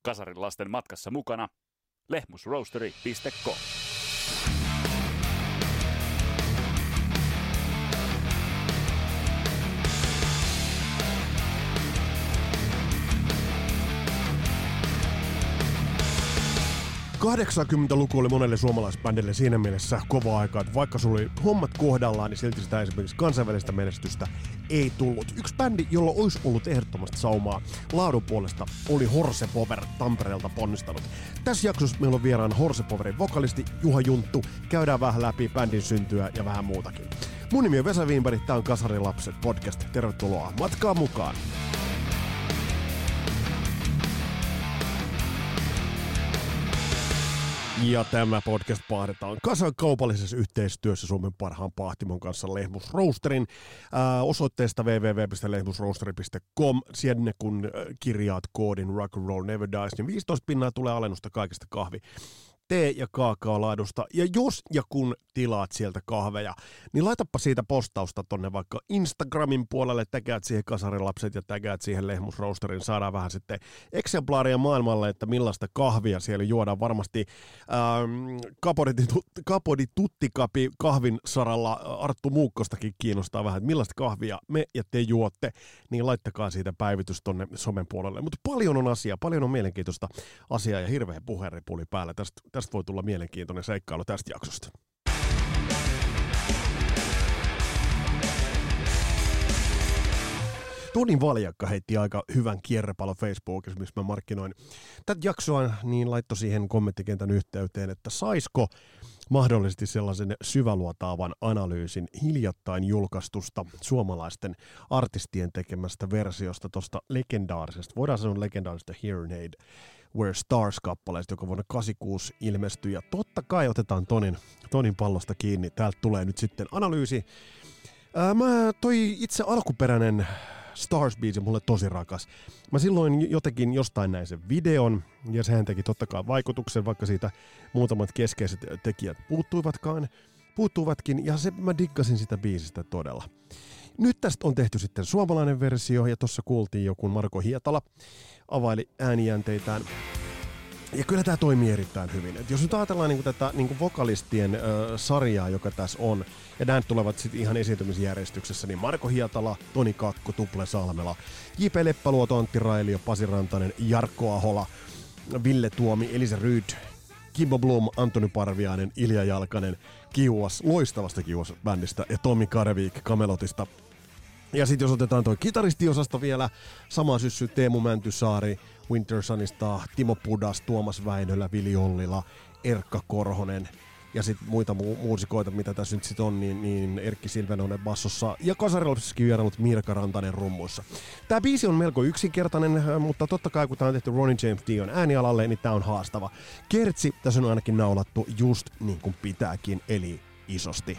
Kasarin lasten matkassa mukana lehmusroastery.com. '80-luku oli monelle suomalaisbändille siinä mielessä kova aika, että vaikka sulla oli hommat kohdallaan, niin silti sitä esimerkiksi kansainvälistä menestystä ei tullut. Yksi bändi, jolla olisi ollut ehdottomasti saumaa laadun puolesta, oli Horse Power Tampereelta ponnistanut. Tässä jaksossa meillä on vieraan Horse Powerin vokalisti Juha Junttu. Käydään vähän läpi bändin syntyä ja vähän muutakin. Mun nimi on Vesa Wienberg, tää on Kasarin lapset podcast. Tervetuloa matkaan mukaan! Ja tämä podcast pahdetaan Kasan kaupallisessa yhteistyössä Suomen parhaan pahtimon kanssa Lehmus Roasterin osoitteesta www.lehmusroastery.com. Sinne kun kirjaat koodin Rock'n'Roll Never Dies, niin 15% tulee alennusta kaikista kahvi, tee- ja kaakaolaadusta. Ja jos ja kun tilaat sieltä kahveja, niin laitapa siitä postausta tonne vaikka Instagramin puolelle, tägäät siihen Kasarin lapset ja tägäät siihen Lehmus Roasterin. Saadaan vähän sitten eksemplaaria maailmalle, että millaista kahvia siellä juodaan. Varmasti Kapodi Tuttikapi kahvin saralla Arttu Muukkostakin kiinnostaa vähän, että millaista kahvia me ja te juotte, niin laittakaa siitä päivitys tonne somen puolelle. Mutta paljon on asiaa, paljon on mielenkiintoista asiaa ja hirveä puheenripuli päällä. Tästä voi tulla mielenkiintoinen seikkailu tästä jaksosta. Toni Valjakka heitti aika hyvän kierrepallon Facebookissa, missä mä markkinoin tätä jaksoa, niin laittoi siihen kommenttikentän yhteyteen, että saisiko mahdollisesti sellaisen syväluotaavan analyysin hiljattain julkaistusta suomalaisten artistien tekemästä versiosta tuosta legendaarisesta, voidaan sanoa legendaarisesta Hearing Aid Where Stars-kappaleesta, joka vuonna 1986 ilmestyi. Ja totta kai otetaan Tonin pallosta kiinni. Täältä tulee nyt sitten analyysi. Toi itse alkuperäinen Stars-biisi mulle tosi rakas. Mä silloin jotenkin jostain näin sen videon, ja sehän teki totta kai vaikutuksen, vaikka siitä muutamat keskeiset tekijät puuttuivatkin, ja mä diggasin sitä biisistä todella. Nyt tästä on tehty sitten suomalainen versio, ja tuossa kuultiin joku Marko Hietala availi äänijänteitään. Ja kyllä tämä toimii erittäin hyvin. Et jos nyt ajatellaan tätä vokalistien sarjaa, joka tässä on, ja nämä tulevat sitten ihan esiintymisjärjestyksessä, niin Marko Hietala, Toni Kakko, Tuple Salmela, J.P. Leppäluoto, Antti Railio, Pasi Rantanen, Jarkko Ahola, Ville Tuomi, Elisa Ryd, Kimbo Blom, Antoni Parviainen, Ilja Jalkanen, Kiuas, loistavasta Kiuas-bändistä, ja Tommi Karevik Kamelotista. Ja sitten jos otetaan toi kitaristiosasto vielä, sama syssy Teemu Mäntysaari, Wintersunista, Timo Pudas, Tuomas Väinölä, Vili Ollila, Erkka Korhonen ja sitten muita muusikoita, mitä tässä nyt sitten on, niin Erkki Silvenonen bassossa ja Kasarilapsessakin vierailut Mirka Rantanen rummuissa. Tämä biisi on melko yksinkertainen, mutta totta kai kun tämä on tehty Ronnie James Dion äänialalle, niin tämä on haastava. Kertsi tässä on ainakin naulattu just niin kuin pitääkin, eli isosti.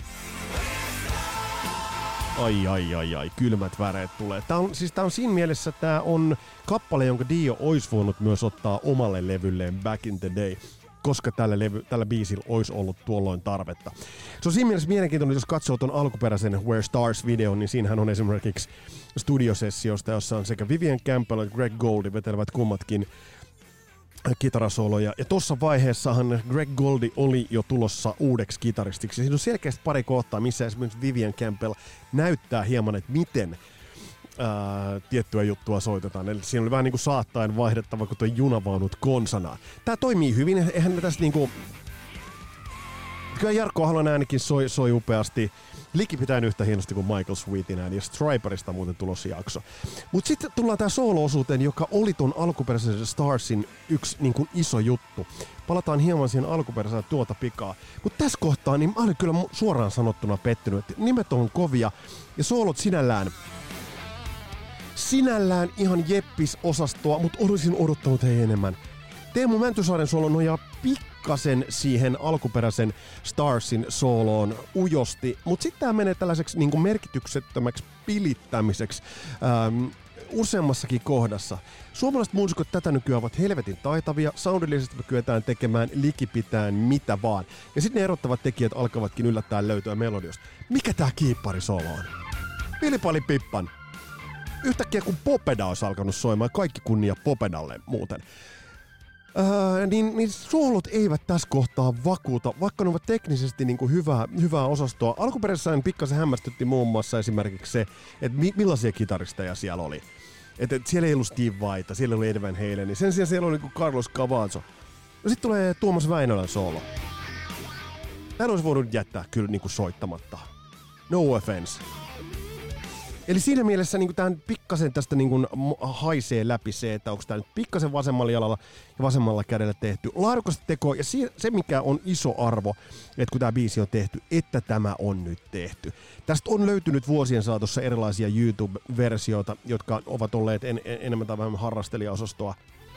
Ai, kylmät väreet tulee. Tää on siinä mielessä, tää on kappale, jonka Dio olisi voinut myös ottaa omalle levylleen Back in the Day, koska tällä biisillä olisi ollut tuolloin tarvetta. Se on siinä mielessä mielenkiintoinen, jos katsoo ton alkuperäisen Where Stars-videon, niin siinähän on esimerkiksi studiosessiosta, jossa on sekä Vivian Campbell että Greg Goldie vetelevät kummatkin kitarasooloja. Ja tuossa vaiheessahan Greg Goldie oli jo tulossa uudeksi kitaristiksi. Siinä on selkeästi pari kohtaa, missä esimerkiksi Vivian Campbell näyttää hieman, että miten tiettyä juttua soitetaan. Eli siinä oli vähän niin kuin saattaen vaihdettava, kun tuo junavaunut konsanaan. Tää toimii hyvin. Eihän me tässä niinku... Kyllä Jarkko Aholan äänikin soi upeasti. Liki pitää yhtä hienosti kuin Michael Sweetin ääni, ja Striperista muuten tulossa jakso. Mutta sitten tullaan tää soolo-osuuteen, joka oli ton alkuperäisen Starsin yksi niin kuin iso juttu. Palataan hieman siihen alkuperäiseen tuota pikaa. Mutta tässä kohtaa niin mä olin kyllä suoraan sanottuna pettynyt, että nimet on kovia, ja soolot sinällään ihan jeppis-osastoa, mutta olisin odottanut enemmän. Teemu Mäntysaaren soolo nojaa pikkasen siihen alkuperäisen Starsin sooloon ujosti, mutta sitten tämä menee tällaiseksi niin kuin merkityksettömäksi pilittämiseksi useammassakin kohdassa. Suomalaiset muusikot tätä nykyään ovat helvetin taitavia, soundillisesti me kyetään tekemään likipitään mitä vaan. Ja sitten ne erottavat tekijät alkavatkin yllättää löytyä melodiosta. Mikä tää kiipparisoolo on? Pilipali Pippan. Yhtäkkiä kun Popeda olisi alkanut soimaan, kaikki kunnia Popedalle muuten. Niin soolot eivät tässä kohtaa vakuuta, vaikka ne ovat teknisesti niin kuin hyvää osastoa. Alkuperäisessään pikkasen hämmästytti muun muassa esimerkiksi se, että millaisia kitaristeja siellä oli. Että siellä ei ollut Steve Vaita, siellä ei ollut Ed Van Halen, niin sen sijaan siellä oli niin kuin Carlos Cavazo. No sitten tulee Tuomas Väinölän soolo. Tän olisi voinut jättää kyllä niin kuin soittamatta. No offense. Eli siinä mielessä niin tämän pikkasen tästä niin kuin haisee läpi se, että onko tämä nyt pikkasen vasemmalla jalalla ja vasemmalla kädellä tehty laadukasta tekoa. Ja se, mikä on iso arvo, että kun tämä biisi on tehty, että tämä on nyt tehty. Tästä on löytynyt vuosien saatossa erilaisia YouTube-versioita, jotka ovat olleet enemmän tai vähemmän harrastelijaosastoa.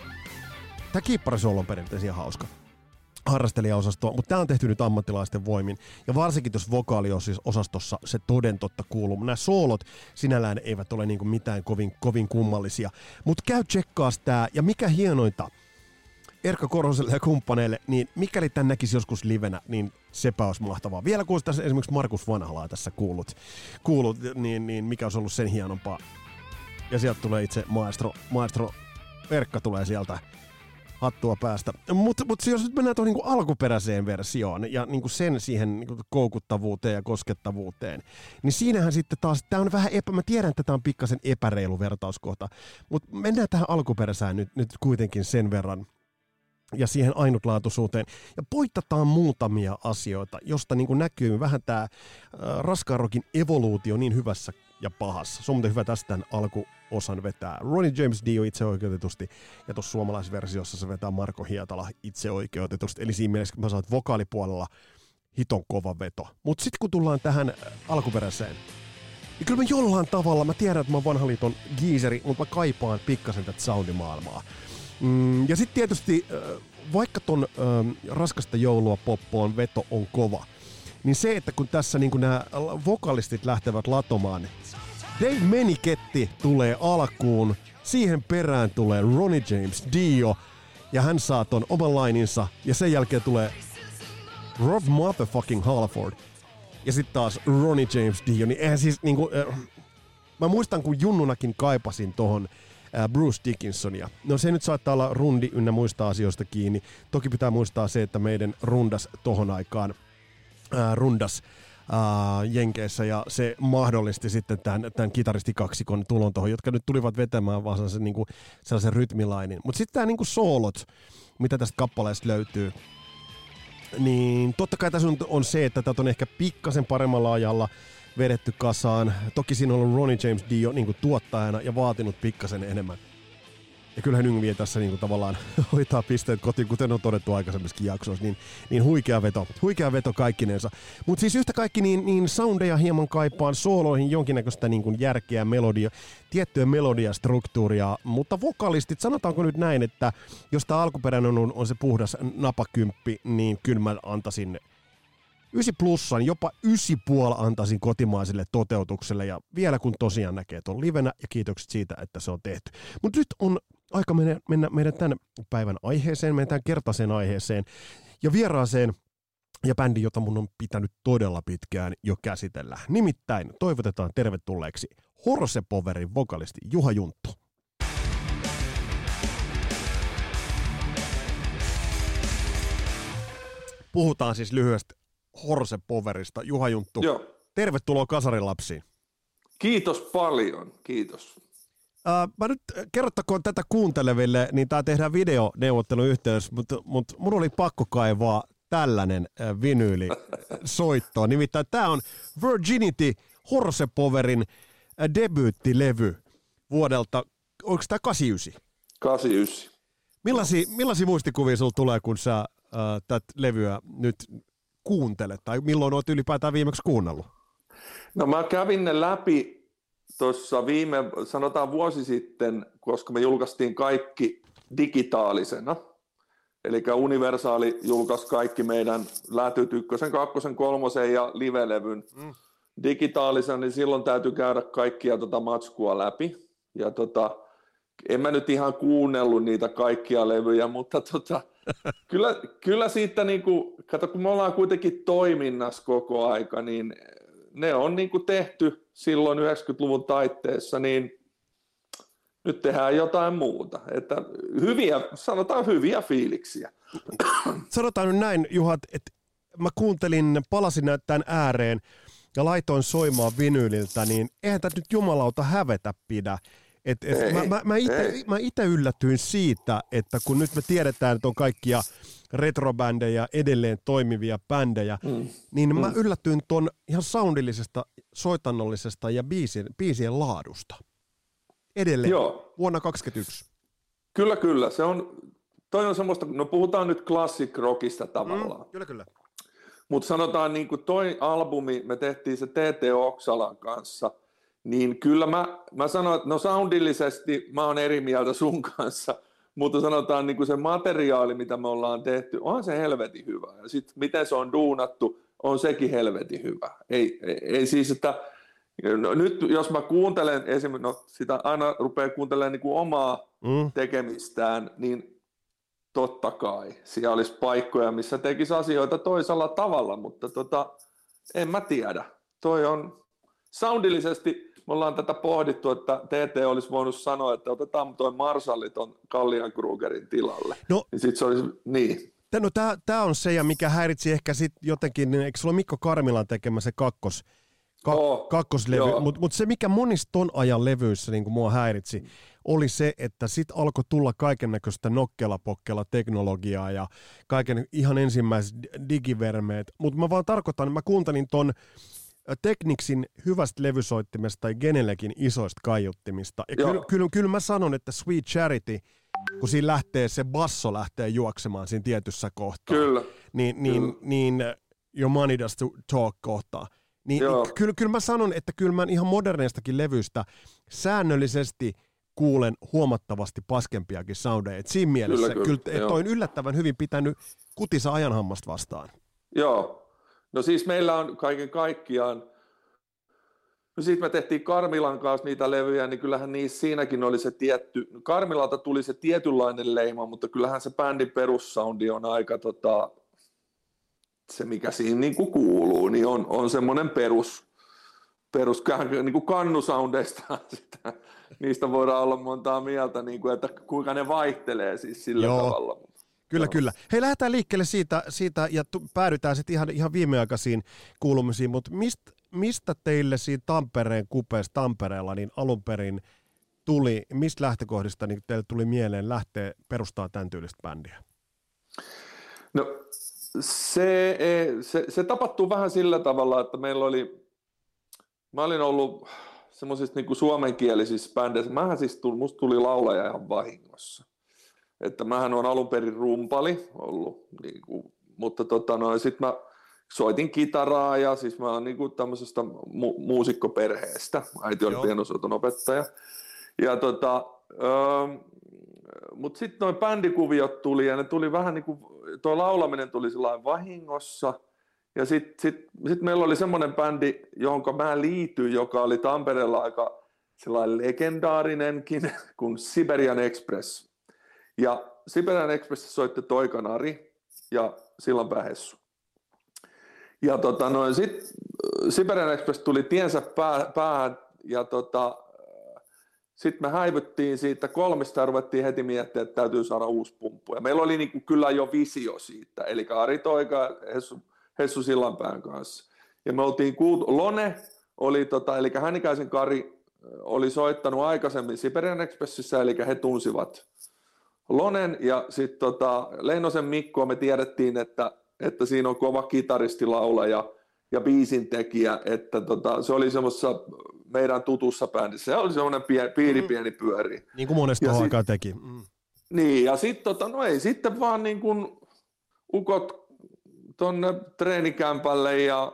Tämä kiipparisoolo on periaatteessa ihan hauska. Harrastelijaosastoa, mutta tämä on tehty nyt ammattilaisten voimin. Ja varsinkin tuossa vokaaliosastossa se toden totta kuuluu. Nämä soolot sinällään eivät ole niinku mitään kovin kummallisia. Mutta käy tsekkaas tää, ja mikä hienointa, Erkka Korhoselle ja kumppaneille, niin mikäli tän näkisi joskus livenä, niin sepä olisi mahtavaa. Vielä kun olisi tässä esimerkiksi Markus Vanhalaa tässä kuullut niin mikä olisi ollut sen hienompaa. Ja sieltä tulee itse maestro Erkka tulee sieltä hattua päästä. Mutta jos nyt mennään tuohon niinku alkuperäiseen versioon ja niinku sen siihen niinku koukuttavuuteen ja koskettavuuteen, niin siinähän sitten taas, tämä on vähän mä tiedän, että tämä on pikkasen epäreilu vertauskohta, mutta mennään tähän alkuperäisään nyt kuitenkin sen verran ja siihen ainutlaatuisuuteen. Ja poittataan muutamia asioita, josta niinku näkyy vähän tämä raskaan rockin evoluutio niin hyvässä ja pahassa. Se on muuten hyvä tästä tämän alkuosan vetää Ronnie James Dio itseoikeutetusti, ja tuossa suomalaisversiossa se vetää Marko Hietala itseoikeutetusti. Eli siinä mielessä, kun mä saat vokaalipuolella hiton kova veto. Mutta sitten kun tullaan tähän alkuperäiseen, niin kyllä mä jollain tavalla, mä tiedän, että mä oon vanhan liiton geezeri, mutta mä kaipaan pikkasen tätä soundimaailmaa. Ja sitten tietysti, vaikka ton raskasta joulua poppoon veto on kova, niin se, että kun tässä niin nämä vokalistit lähtevät latomaan, Dave Meniketti tulee alkuun, siihen perään tulee Ronnie James Dio, ja hän saa ton oman laininsa, ja sen jälkeen tulee Rob motherfucking Halford, ja sitten taas Ronnie James Dio, niin eihän siis niinku, mä muistan kun junnunakin kaipasin tohon Bruce Dickinsonia. No se nyt saattaa olla rundi ynnä muista asioista kiinni. Toki pitää muistaa se, että meidän rundas tohon aikaan rundas Jenkeissä, ja se mahdollisti sitten tämän kitaristikaksikon tulon tuohon, jotka nyt tulivat vetämään vaan sellaisen rytmilainin. Mutta sitten tämä niinku soolot, mitä tästä kappaleesta löytyy, niin totta kai tässä on se, että tätä on ehkä pikkasen paremmalla ajalla vedetty kasaan. Toki siinä on ollut Ronnie James Dio niin tuottajana ja vaatinut pikkasen enemmän. Ja kyllähän Yngvi tässä niin tavallaan hoitaa pisteet kotiin, kuten on todettu aikaisemmissakin jaksoissa, niin huikea veto kaikkinensa. Mutta siis yhtä kaikki niin soundeja hieman kaipaan, sooloihin jonkinnäköistä niin järkeä, tiettyä melodiastruktuuria, mutta vokalistit, sanotaanko nyt näin, että jos tämä alkuperäinen on se puhdas napakymppi, niin kyllä mä antaisin 9+, jopa 9,5 antaisin kotimaiselle toteutukselle, ja vielä kun tosiaan näkee ton livenä, ja kiitokset siitä, että se on tehty. Mutta nyt on aika mennä meidän tämän päivän aiheeseen, meidän tämän kertaiseen aiheeseen, ja vieraaseen, ja bändi, jota mun on pitänyt todella pitkään jo käsitellä. Nimittäin toivotetaan tervetulleeksi Horsepowerin vokalisti Juha Junttu. Puhutaan siis lyhyesti Horsepowerista. Juha Junttu, joo. Tervetuloa Kasarilapsiin. Kiitos paljon, kiitos. Mä nyt kerrottakoon tätä kuunteleville, niin tää tehdään videoneuvotteluyhteydessä, mutta mun oli pakko kaivaa tällainen vinyylisoitto. Nimittäin tää on Virginity, Horsepowerin debyyttilevy vuodelta, onko tää 89? 89. Millaisia muistikuvia sulla tulee, kun sä tätä levyä nyt kuuntelet, tai milloin olet ylipäätään viimeksi kuunnellut? No mä kävin ne läpi tuossa sanotaan vuosi sitten, koska me julkaistiin kaikki digitaalisena. Eli Universaali julkaisi kaikki meidän Lätyt 1, 2, 3 ja live-levyn digitaalisena, niin silloin täytyy käydä kaikkia matskua läpi. Ja en mä nyt ihan kuunnellut niitä kaikkia levyjä, mutta kyllä siitä, kato kun me ollaan kuitenkin toiminnassa koko aika, niin ne on tehty silloin 90-luvun taitteessa, niin nyt tehdään jotain muuta. Että sanotaan hyviä fiiliksiä. Sanotaan nyt näin, Juha, että mä palasin tämän ääreen ja laitoin soimaan vinyyliltä, niin eihän tämä nyt jumalauta hävetä pidä. Mä itse yllätyin siitä, että kun nyt me tiedetään, että on kaikkia retrobändejä, edelleen toimivia bändejä, niin mä yllätyin ton ihan soundillisesta, soitannollisesta ja biisien laadusta. Edelleen, vuonna 2021. Kyllä. Toi on semmoista, no puhutaan nyt classic rockista tavallaan. Kyllä. Mutta sanotaan niin kuin toi albumi, me tehtiin se T.T. Oksalan kanssa, niin kyllä mä sanoin, että no soundillisesti mä oon eri mieltä sun kanssa, mutta sanotaan niin kuin se materiaali, mitä me ollaan tehty, on se helvetin hyvä. Ja sitten miten se on duunattu, on sekin helvetin hyvä. Ei siis, että no, nyt jos mä kuuntelen esimerkiksi, no sitä aina rupeaa kuuntelemaan niin kuin omaa tekemistään, niin totta kai. Siellä olisi paikkoja, missä tekisi asioita toisella tavalla, mutta en mä tiedä. Toi on soundillisesti, me ollaan tätä pohdittu, että TT olisi voinut sanoa, että otetaan toi Marshalli ton Kallian Krugerin tilalle. No, niin sit se olisi, niin. No tää on se, ja mikä häiritsi ehkä sit jotenkin, eikö sulla Mikko Karmilan tekemä se kakkoslevy, mutta se mikä monissa ton ajan levyissä niin kuin mua häiritsi, oli se, että sit alkoi tulla kaikennäköistä nokkela-pokkela teknologiaa ja kaiken ihan ensimmäiset digivermeet, mutta mä vaan tarkoitan, mä kuuntelin ton Technicsin hyvästä levysoittimesta tai Genelekin isoista kaiuttimista. Ja kyllä mä sanon, että Sweet Charity, kun siinä lähtee, se basso lähtee juoksemaan siinä tietyssä kohtaa. Kyllä. Niin Your Money Does Talk kohtaa. Niin kyllä mä sanon, että kyllä mä ihan moderneistakin levyistä säännöllisesti kuulen huomattavasti paskempiakin soundeja. Et siinä mielessä kyllä toi on yllättävän hyvin pitänyt kutisa ajanhammasta vastaan. Joo. No siis meillä on kaiken kaikkiaan, no sitten me tehtiin Karmilan kanssa niitä levyjä, niin kyllähän siinäkin oli se tietty, Karmilalta tuli se tietynlainen leima, mutta kyllähän se bändin perussoundi on aika se mikä siinä niin kuin kuuluu, niin on semmoinen perus niin kuin kannusoundeista, niistä voidaan olla montaa mieltä, niin kuin, että kuinka ne vaihtelee siis sillä tavalla. Kyllä. Hei, lähdetään liikkeelle siitä ja päädytään sitten ihan viimeaikaisiin kuulumisiin, mutta mistä teille siinä Tampereen kupeessa Tampereella niin alun perin tuli, mistä lähtökohdista niin teille tuli mieleen lähteä perustaa tämän tyylistä bändiä? No se tapahtuu vähän sillä tavalla, että mä olin ollut semmoisissa niin kuin suomenkielisissä bändeissä, musta tuli laulaja ihan vahingossa. Että mähän on alun perin rumpali ollut, niin kuin, mutta sit mä soitin kitaraa ja siis mä oon niin kuin tämmöisestä muusikkoperheestä. Äiti oli pianosoiton opettaja. Ja mutta sitten noin bändikuviot tuli ja ne tuli vähän niin kuin, tuo laulaminen tuli sellainen vahingossa. Ja sit meillä oli semmoinen bändi, johon mä liityin, joka oli Tampereella aika sellainen legendaarinenkin, kuin Siberian Express. Ja Siberian Express soitti Toika Nari ja Sillanpää Hessu. Ja sitten Siberian Express tuli tiensä päähän ja sitten me häivyttiin siitä 3 ja ruvettiin heti miettimään, että täytyy saada uusi pumppu. Ja meillä oli niinku kyllä jo visio siitä, eli Ari Toika ja Hessu Sillanpään kanssa. Ja me oltiin Lone oli, eli Hänikäisen Kari oli soittanut aikaisemmin Siberian Expressissä, eli he tunsivat Lonen ja sitten Leinosen Mikkoa me tiedettiin, että siinä on kova kitaristi, laulaja ja biisintekijä, että se oli semmoisessa meidän tutussa bändissä. Se oli semmoinen pieni pyöri. Niin kuin monesti aikaa teki. Niin, ja sitten ei sitten vaan niin kuin ukot tonne treenikämpälle ja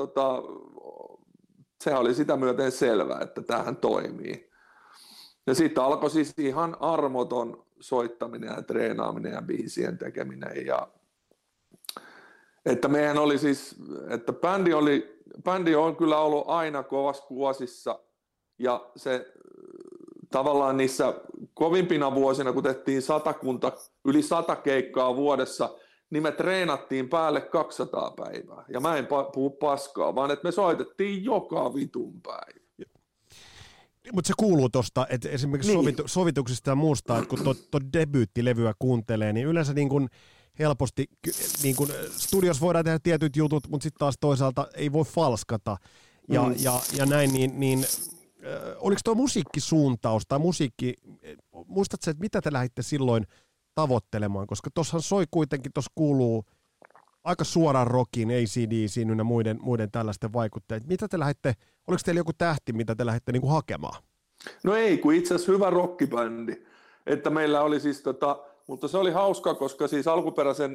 se oli sitä myöten selvää, että tämähän toimii. Ja sitten alkoi siis ihan armoton soittaminen ja treenaaminen ja biisien tekeminen. Ja, että meidän oli siis, että bändi on kyllä ollut aina kovassa kuosissa ja se tavallaan niissä kovimpina vuosina, kun tehtiin yli 100 keikkaa vuodessa, niin me treenattiin päälle 200 päivää. Ja mä en puhu paskaa, vaan että me soitettiin joka vitun päivä. Mutta se kuuluu tosta, että esimerkiksi sovituksista ja muusta, että kun tuo debyyttilevyä kuuntelee, niin yleensä niin kuin helposti niin kuin studios voidaan tehdä tietyt jutut, mutta sitten taas toisaalta ei voi falskata ja näin, niin oliko tuo musiikkisuuntaus tai muistatko, että mitä te lähditte silloin tavoittelemaan, koska tuossahan soi kuitenkin, tuossa kuuluu aika suoraan rockin, AC/DC ynnä muiden tällaisten vaikutteet. Mitä te lähditte, oliko teillä joku tähti, mitä te lähditte niinku hakemaan? No ei, kun itse asiassa hyvä rockibändi. Että meillä oli siis mutta se oli hauska, koska siis alkuperäisen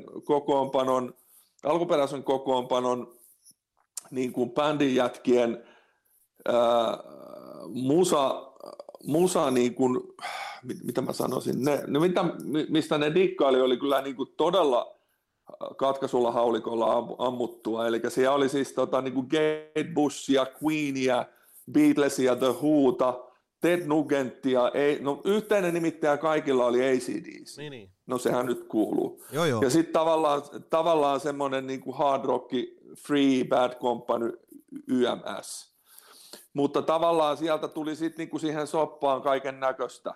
kokoonpanon niin kuin bändin jätkien musa niin kuin, mitä mä sanoisin, mistä ne dikkaili oli kyllä niin kuin todella katkaisulla haulikolla ammuttua, eli siellä oli siis niin kuin Kate Bushia, Queenia, Beatlesia, The Whota, Ted Nugentia, yhteinen nimittäjä kaikilla oli AC/DC. Niin. No sehän nyt kuuluu. Joo. Ja sitten tavallaan semmoinen niin kuin hard rock, Free, Bad Company, YMS. Mutta tavallaan sieltä tuli sitten niin kuin siihen soppaan kaiken näköistä,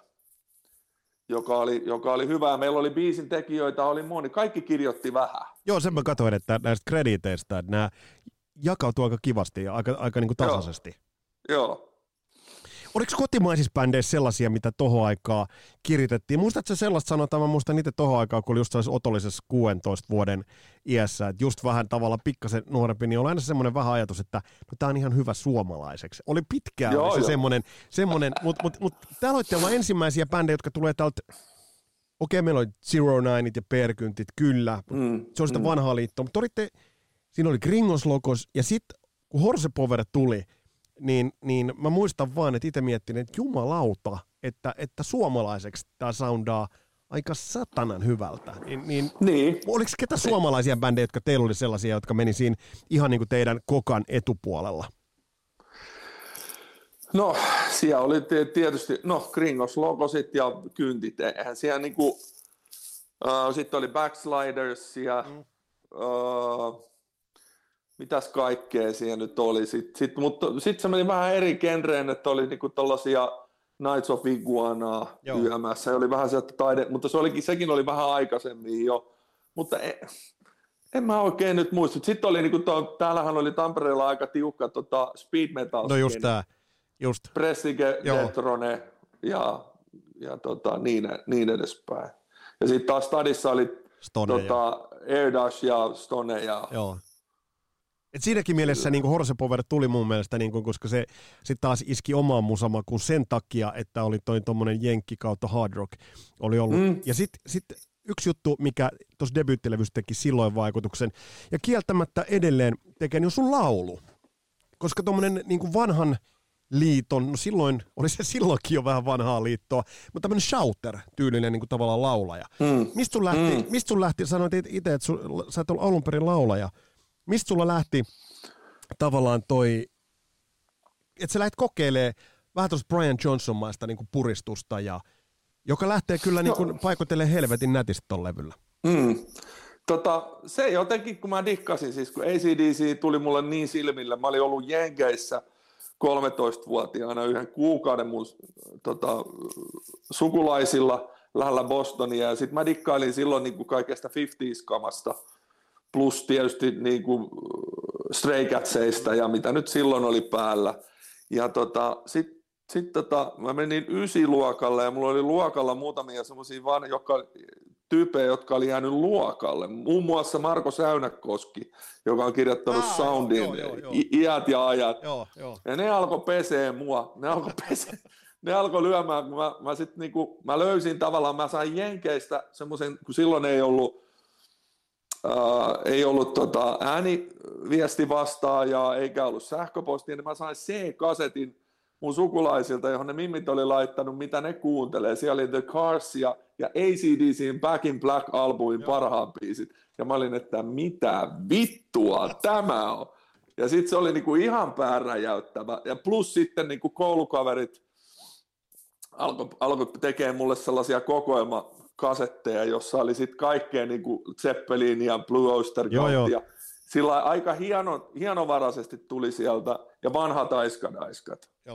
joka oli hyvä. Meillä oli biisin tekijöitä, oli moni. Kaikki kirjoitti vähän. Joo, sen mä katsoin, että näistä krediteistä, että nämä jakautuu aika kivasti ja aika niin kuin tasaisesti. Joo. Oliko kotimaisissa bändeissä sellaisia, mitä tohon aikaa kirjoitettiin? Muistatko sellaista sanotaan, mä muistan itse tohon aikaa, kun oli just sellaisessa otollisessa 16 vuoden iässä, että just vähän tavalla pikkasen nuorempi, niin oli aina semmoinen vähän ajatus, että no tää on ihan hyvä suomalaiseksi. Oli pitkään se semmoinen, mutta täällä olitte olla ensimmäisiä bändejä, jotka tulee täältä, meillä oli Zero Nineit ja Perkyntit, kyllä, se oli sitä vanhaa liittoa, mutta siinä oli Gringos Locos, ja sitten kun Horse Power tuli, niin mä muistan vaan, että itse miettin, että jumalauta, että suomalaiseksi tämä soundaa aika satanan hyvältä. Niin. Oliko ketä suomalaisia bändejä, jotka teillä oli sellaisia, jotka meni siinä ihan niin kuin teidän kokan etupuolella? No, siellä oli tietysti, Gringos Logosit ja Kyntit, eihän siellä niinku, sitten oli Backsliders ja mitäs kaikkea siellä nyt oli. Mutta sitten se meni vähän eri genreen, että oli niinku tällaisia Knights of Iguanaa YMS. Se oli vähän sieltä mutta sekin oli vähän aikaisemmin jo. Mutta en mä oikein nyt muista. Sitten oli niinku täällähän oli Tampereella aika tiukka speed metal. No just tää. Just. Pressige, Detrone ja niin edespäin. Ja sitten taas Stadissa oli Airdash ja Stone ja... Joo. Et siinäkin mielessä niin Horse Power tuli mun mielestä, niin kuin, koska se sitten taas iski omaan musamakuun sen takia, että oli tommonen jenkki kautta hard rock oli ollut. Ja sitten yksi juttu, mikä tuossa debyyttilevyssä teki silloin vaikutuksen, ja kieltämättä edelleen tekee, niin on sun laulu. Koska tommonen niin kuin vanhan liiton, no silloin, oli se silloinkin jo vähän vanhaa liittoa, mutta tämmöinen shouter-tyylinen niin kuin tavallaan laulaja. Mistä sun lähti, sanoit itse, että sä et ollut alun perin laulaja, mistä sulla lähti tavallaan että sä lähdet kokeilemaan vähän tuossa Brian Johnson-maista niin kuin puristusta, joka lähtee kyllä niin kuin paikoitellen helvetin nätistä ton levyllä. Se jotenkin, kun mä dikkasin, siis kun AC/DC tuli mulle niin silmille, mä olin ollut Jenkeissä 13-vuotiaana yhden kuukauden mun sukulaisilla lähellä Bostonia, ja sitten mä dikkailin silloin niin kuin kaikesta 50s-kamasta, plus tietysti niin kuin Stray Catsista ja mitä nyt silloin oli päällä. Ja sitten mä menin 9-luokalle ja mulla oli luokalla muutamia semmoisia tyyppejä, jotka oli jäänyt luokalle. Muun muassa Marko Säynäkoski, joka on kirjoittanut Soundin Iät ja ajat. Ja ne alkoi pesee mua. Ne alkoi lyömään, kun mä löysin tavallaan, mä sain Jenkeistä semmoisen, kun silloin ei ollut ääniviesti vastaajaa eikä ollut sähköpostia, niin mä sain C-kasetin mun sukulaisilta, johon ne mimmit oli laittanut, mitä ne kuuntelee. Siellä oli The Cars ja AC/DC:n Back in Black-albumin parhaan biisit. Ja mä olin, että mitä vittua tämä on? Ja sitten se oli niinku ihan pääräjäyttävä. Ja plus sitten niinku koulukaverit alkoi tekemään mulle sellaisia kokoelmakasetteja, jossa oli sitten kaikkea niinku Zeppelin ja Blue Oyster Cult. Ja sillä aika hienovaraisesti tuli sieltä ja vanhat aiskadaiskat.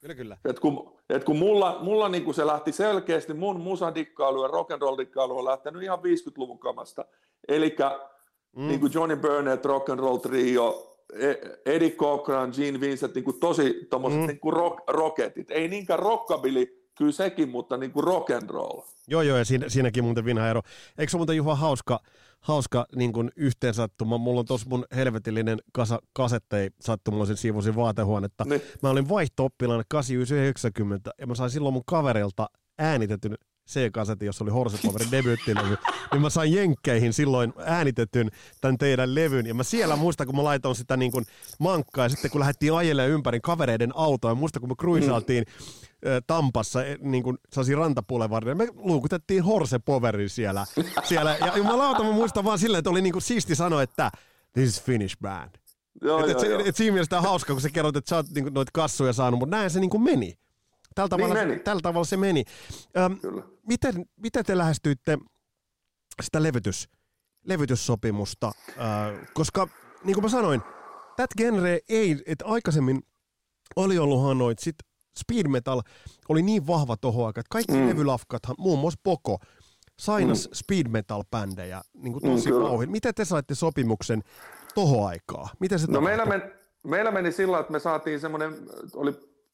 Kyllä. Et kun mulla niinku se lähti selkeästi, mun musadikkailu ja rock'n'roll-dikkailu on lähtenyt ihan 50-luvun kamasta. Elikkä niinku Johnny Burnett, Rock'n'Roll Trio, Eddie Cochran, Gene Vincent, niinku tosi tommoset niinku rocketit. Ei niinkään rockabilly, kyllä sekin, mutta niinku rock'n'roll. Joo, ja siinäkin muuten vinha ero. Eikö se muuten Juha hauska niin kuin yhteensattuma? Mulla on tossa mun helvetillinen kasettei sattumoisin siivoisin vaatehuonetta. Niin. Mä olin vaihto-oppilaana 89 ja mä sain silloin mun kaverilta äänitetyn C-kasetin, jossa oli Horsepowerin debyyttilevy, niin mä sain jenkkeihin silloin äänitetyn tämän teidän levyn, ja mä siellä muistan, kun mä laitoin sitä niin kuin mankkaa, ja sitten kun lähdettiin ajelemaan ympäri kavereiden autoa, ja muistan, kun me cruisaaltiin Tampassa, niin kuin sellaisia rantapuolevarjoja, me luukutettiin Horsepowerin siellä ja mä muistan vaan silleen, että oli niin kuin siisti sanoa, että this is Finnish band. Et siinä mielessä on hauska, kun sä kerrot, että sä oot niin noita kassuja saanut, mutta näin se niin kuin meni. Tällä tavalla se meni. Miten te lähestyitte sitä levytyssopimusta? Koska, niin kuin mä sanoin, that genre ei, että aikaisemmin oli olluthan noit, sit speed metal oli niin vahva tohon aikaan, että kaikki levylafkathan, muun muassa Poco, sainas speed metal-bändejä niin kuin tosi vauhin. Miten te saitte sopimuksen tohon aikaa? Miten se meillä meni sillä, että me saatiin semmoinen, oli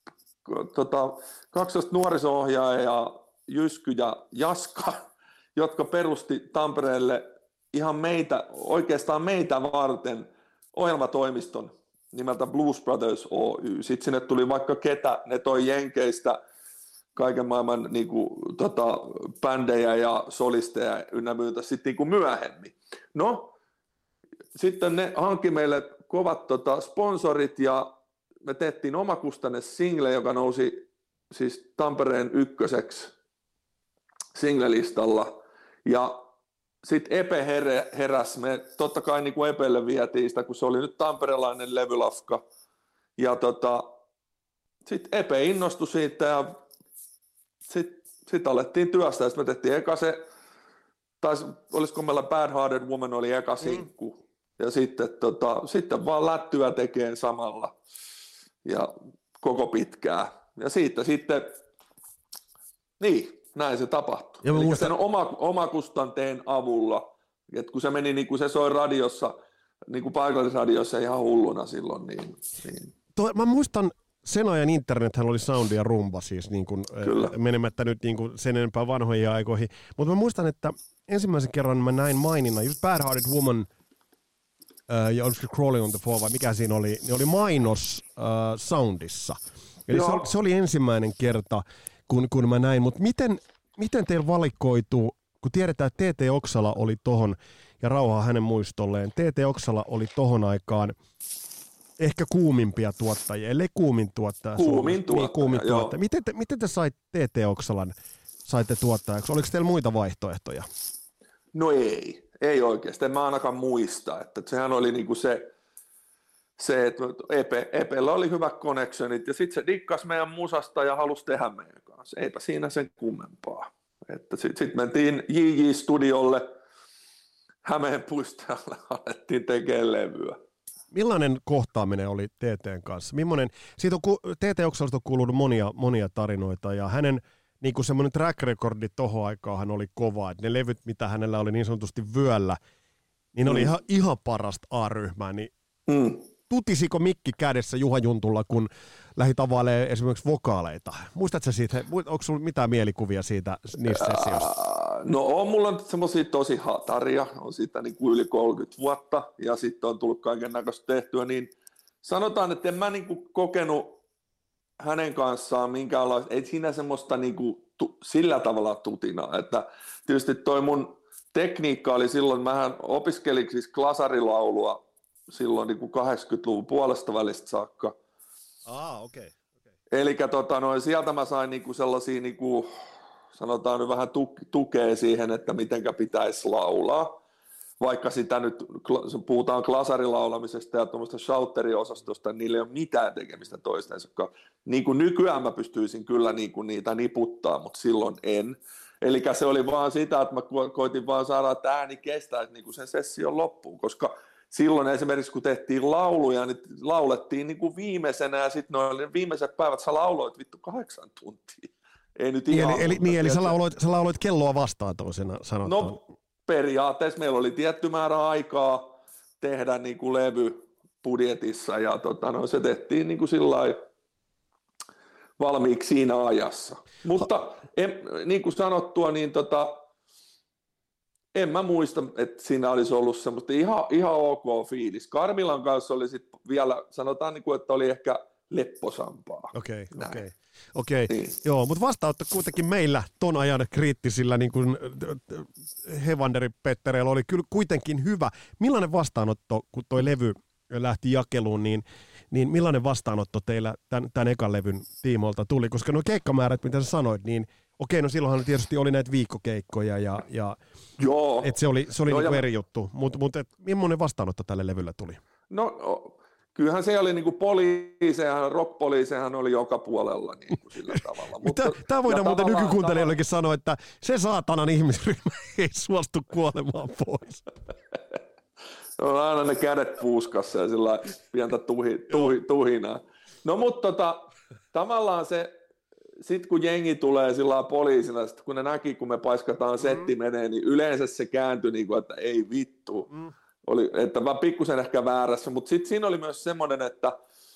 12 nuoriso-ohjaajaa, Jysky ja Jaska, jotka perusti Tampereelle ihan oikeastaan meitä varten ohjelmatoimiston nimeltä Blues Brothers Oy. Sitten sinne tuli vaikka ketä, ne toi Jenkeistä kaiken maailman niin kuin, bändejä ja solisteja ynnä muuta sitten niin kuin myöhemmin. No, sitten ne hankki meille kovat sponsorit ja me tehtiin omakustanne single, joka nousi siis Tampereen ykköseksi single-listalla. Ja sitten Epe heräsi. Me totta kai niin kuin Epelle vietiin sitä, kun se oli nyt tamperelainen levylafka. Ja sitten Epe innostui siitä ja sitten alettiin työstä. Sitten me tehtiin eka se, olisiko meillä Bad Hearted Woman oli eka sinkku. Ja sitten vaan lättyä tekeen samalla. Ja koko pitkää. Ja siitä sitten, näin se tapahtui. Eli sen omakustanteen avulla, että kun se meni niin kuin se soi radiossa, niin kuin paikallisradiossa ihan hulluna silloin. Niin. Mä muistan, sen ajan internethän oli soundi ja rumba, siis niin kuin, menemättä nyt niin kuin sen enempää vanhoihin aikoihin. Mutta mä muistan, että ensimmäisen kerran mä näin maininnan, just Bad Hearted Woman, ja olisiko Crawling on the Floor vai mikä siinä oli, niin oli mainos soundissa. Eli se oli ensimmäinen kerta, kun mä näin, mutta miten teillä valikoituu, kun tiedetään, että T.T. Oksala oli tohon, ja rauhaa hänen muistolleen, T.T. Oksala oli tohon aikaan ehkä kuumimpia tuottajia, ellei kuumin tuottaja. Kuumin tuottaja. Miten te saitte T.T. Oksalan tuottajaksi? Oliko teillä muita vaihtoehtoja? No ei oikeasti. En mä ainakaan muista. Että sehän oli niinku se että Epellä oli hyvät connectionit ja sitten se dikkasi meidän musasta ja halusi tehdä meidän kanssa. Eipä siinä sen kummempaa. Sitten mentiin JJ-studiolle Hämeenpuistolle, alettiin tekemään levyä. Millainen kohtaaminen oli TT:n kanssa? Siitä on TT Oksalasta on kuulunut monia tarinoita ja hänen niin kuin semmoinen track recordi tohon aikaan oli kova. Että ne levyt, mitä hänellä oli niin sanotusti vyöllä, niin oli ihan parasta A-ryhmää. Niin tutisiko mikki kädessä Juha Juntulla, kun lähdit availemaan esimerkiksi vokaaleita? Muistatko siitä, onko sinulla mitään mielikuvia siitä niistä sessioista? No on mulla semmoisia tosi hataria, on siitä niin kuin yli 30 vuotta ja sitten on tullut kaiken näköistä tehtyä, niin sanotaan, että en mä niin kuin kokenut hänen kanssaan minkäänlaista, ei siinä semmoista niin kuin sillä tavalla tutinaa, että tietysti toi mun tekniikka oli silloin, mähän opiskelin siis glasarilaulua silloin niin kuin 80-luvun puolesta välistä saakka. Okei. Eli sieltä mä sain niin kuin sellaisia, niin kuin, sanotaan nyt vähän tukea siihen, että mitenkä pitäisi laulaa. Vaikka sitä nyt, puhutaan glasarilaulamisesta ja tuommoista shouteriosastosta, niin niillä ei ole mitään tekemistä toistensa. Niin kuin nykyään mä pystyisin kyllä niin kuin niitä niputtaa, mutta silloin en. Eli se oli vaan sitä, että mä koitin vaan saada, että ääni kestäisi niin kuin sen session loppuun, koska silloin esimerkiksi kun tehtiin lauluja, niin laulettiin niin kuin viimeisenä ja sitten noin viimeiset päivät sä lauloit vittu 8 tuntia. Ei nyt ihan eli sä lauloit kelloa vastaan toisena sanotaan. No periaatteessa meillä oli tietty määrä aikaa tehdä niin kuin levy budjetissa ja se tehtiin niin kuin sillain valmiiksi siinä ajassa. Mutta niin kuin sanottua, niin en mä muista, että siinä olisi ollut semmoista ihan ok fiilis. Karmilan kanssa oli sitten vielä, sanotaan, niin kuin, että oli ehkä lepposampaa. Okei. Niin. Joo, mutta vastaanotto kuitenkin meillä ton ajan kriittisillä, niin kuin Hevanderin Pettereillä oli kyllä kuitenkin hyvä. Millainen vastaanotto, kun toi levy lähti jakeluun, niin millainen vastaanotto teillä tämän ekan levyn tiimoilta tuli? Koska nuo keikkamäärät, mitä sä sanoit, niin okei, no silloinhan tietysti oli näitä viikkokeikkoja ja joo. Et se oli niinku eri juttu, mutta millainen vastaanotto tälle levylle tuli? No kyllähän se oli niinku poliiseja, rock-poliisejahan oli joka puolella niinku sillä tavalla. Tämä voidaan muuten nykykuuntelijoillekin sanoa, että se saatanan ihmisryhmä ei suostu kuolemaan pois. On aina ne kädet puuskassa ja sillä pientä tuhinaa. No mutta tavallaan se, sitten kun jengi tulee sillä poliisina, sit kun ne näki, kun me paiskataan setti menee, niin yleensä se kääntyi niin kuin, että ei vittu. Oli, että mä pikkusen ehkä väärässä, mutta sitten siinä oli myös semmoinen, että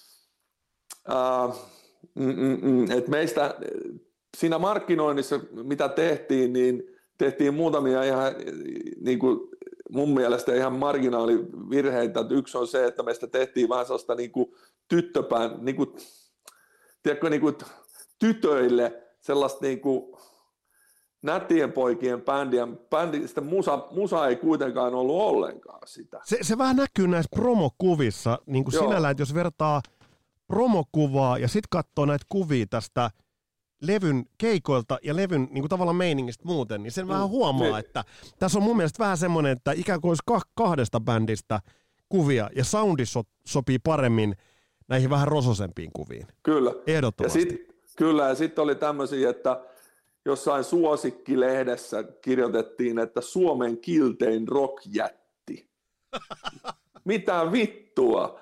meistä siinä markkinoinnissa, mitä tehtiin, niin tehtiin muutamia ihan niin kuin mun mielestä ihan marginaalivirheitä. Yksi on se, että meistä tehtiin vähän sellaista niin kuin niin kuin, tiedätkö, niin kuin tytöille sellaista niin kuin nättien poikien bändiä, sitä musa ei kuitenkaan ollut ollenkaan sitä. Se vähän näkyy näissä promokuvissa, niin kuin sinällään, että jos vertaa promokuvaa ja sitten katsoo näitä kuvia tästä levyn keikoilta ja levyn niin kuin tavallaan meiningistä muuten, niin sen vähän huomaa, että tässä on mun mielestä vähän semmoinen, että ikään kuin olisi kahdesta bändistä kuvia ja soundi sopii paremmin näihin vähän rososempiin kuviin. Kyllä. Ehdottomasti. Ja sitten oli tämmöisiä, että jossain Suosikki-lehdessä kirjoitettiin, että Suomen kiltein rockjätti. Mitä vittua?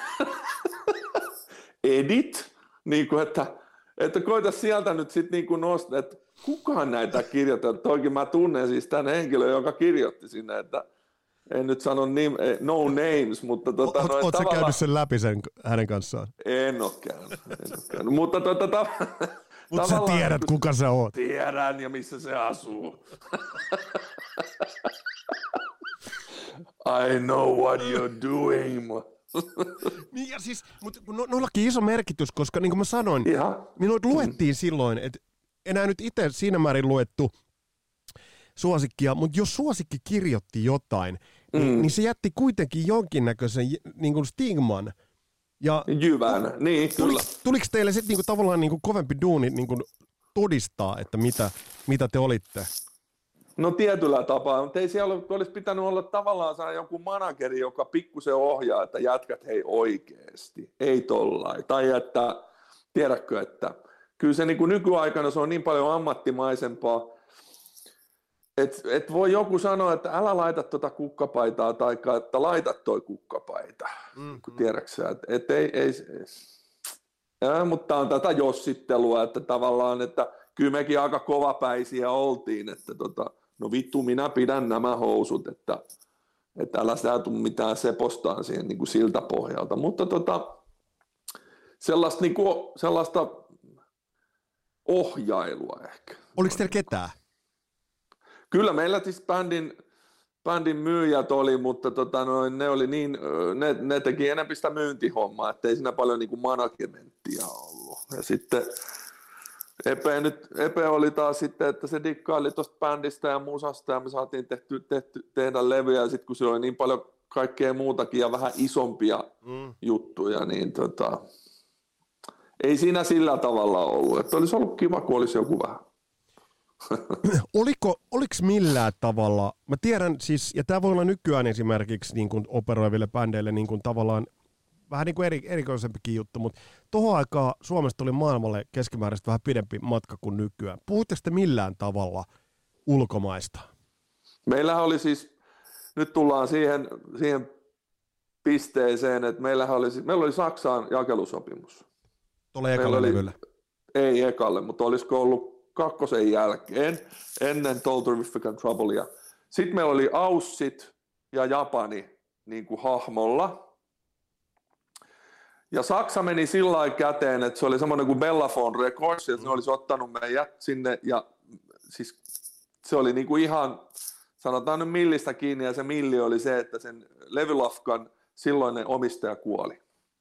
Edit? Niin kuin, että koita sieltä nyt sitten niin nostaa, että kukaan näitä kirjoittaa. Toikin mä tunnen siis tämän henkilön, joka kirjoitti sinne, että en nyt sano no names, mutta Ootko sä käynyt sen läpi hänen kanssaan? En ole käynyt. Mutta mutta sä tiedät, kuka sä oot. Tiedän ja missä se asuu. I know what you're doing. Niin ja siis, mutta noillakin iso merkitys, koska niin kuin mä sanoin, minut luettiin silloin, että enää nyt itse siinä määrin luettu Suosikkia, mutta jos Suosikki kirjoitti jotain, niin se jätti kuitenkin jonkinnäköisen niin kuin stigman. Ja jyvän, niin kyllä. Tuliko teille sitten niinku tavallaan niinku kovempi duuni niinku todistaa, että mitä te olitte? No tietyllä tapaa, mutta ei siellä olisi pitänyt olla tavallaan saada joku manageri, joka pikkusen ohjaa, että jätkät hei oikeasti, ei tollain. Tai että, tiedätkö, että kyllä se niin kuin nykyaikana se on niin paljon ammattimaisempaa, että voi joku sanoa, että älä laita tuota kukkapaitaa tai että laita toi kukkapaita, kun tiedäksä, että ei. Mutta on tätä jossittelua, että tavallaan, että kyllä mekin aika kovapäisiä oltiin, että no vittu minä pidän nämä housut, että älä sä tule mitään sepostaan siihen niin kuin siltä pohjalta, mutta sellaista, niin kuin, sellaista ohjailua ehkä. Oliko teillä ketään? Kyllä meillä siis bändin myyjät oli, mutta ne oli niin, ne teki enemmän sitä myyntihommaa, ettei siinä paljon niin kuin managementtia ollut. Ja sitten Epe oli taas sitten, että se dikkaili tuosta bändistä ja musasta ja me saatiin tehdä levyjä ja sitten kun se oli niin paljon kaikkea muutakin ja vähän isompia juttuja, niin ei siinä sillä tavalla ollut. Että olisi ollut kiva, kun olisi joku vähän. Oliko millään tavalla, mä tiedän siis, ja tämä voi olla nykyään esimerkiksi niin kuin operoiville bändeille niin kuin tavallaan vähän niin kuin erikoisempikin juttu, mutta tohon aikaan Suomesta oli maailmalle keskimääräisesti vähän pidempi matka kuin nykyään. Puhutteko te millään tavalla ulkomaista? Meillähän oli siis, nyt tullaan siihen pisteeseen, että meillä oli Saksaan jakelusopimus. Tuolle ekalle levylle. Ei ekalle, mutta olisiko ollut kakkosen jälkeen, ennen Total Terrific Troublea. Sitten meillä oli Aussit ja Japani niin kuin hahmolla. Ja Saksa meni sillä lailla käteen, että se oli semmoinen kuin Bellafon Records, että ne olisi ottanut meidät sinne. Ja siis se oli niin kuin ihan, sanotaan nyt millistä kiinni, ja se milli oli se, että sen levylafkan silloinen omistaja kuoli.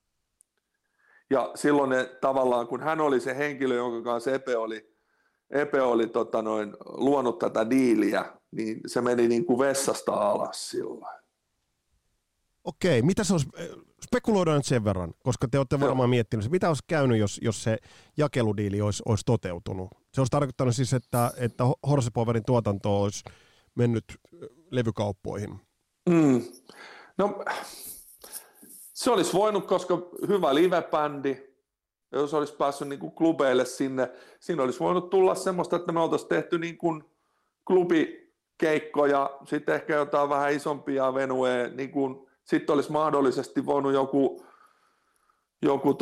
Ja silloin tavallaan, kun hän oli se henkilö, jonka kanssa Epe oli luonut tätä diiliä, niin se meni niin kuin vessasta alas silloin. Okei, mitä se olisi, spekuloidaan nyt sen verran, koska te olette varmaan miettinyt, mitä olisi käynyt, jos se jakeludiili olisi toteutunut. Se olisi tarkoittanut siis, että Horsepowerin tuotanto olisi mennyt levykauppoihin. No, se olisi voinut, koska hyvä livebändi, jos olisi päässyt niin kuin klubeille sinne, siinä olisi voinut tulla semmoista, että me oltaisiin tehty niin kuin klubikeikkoja, sitten ehkä jotain vähän isompia venueja, niin kuin, sitten olisi mahdollisesti voinut joku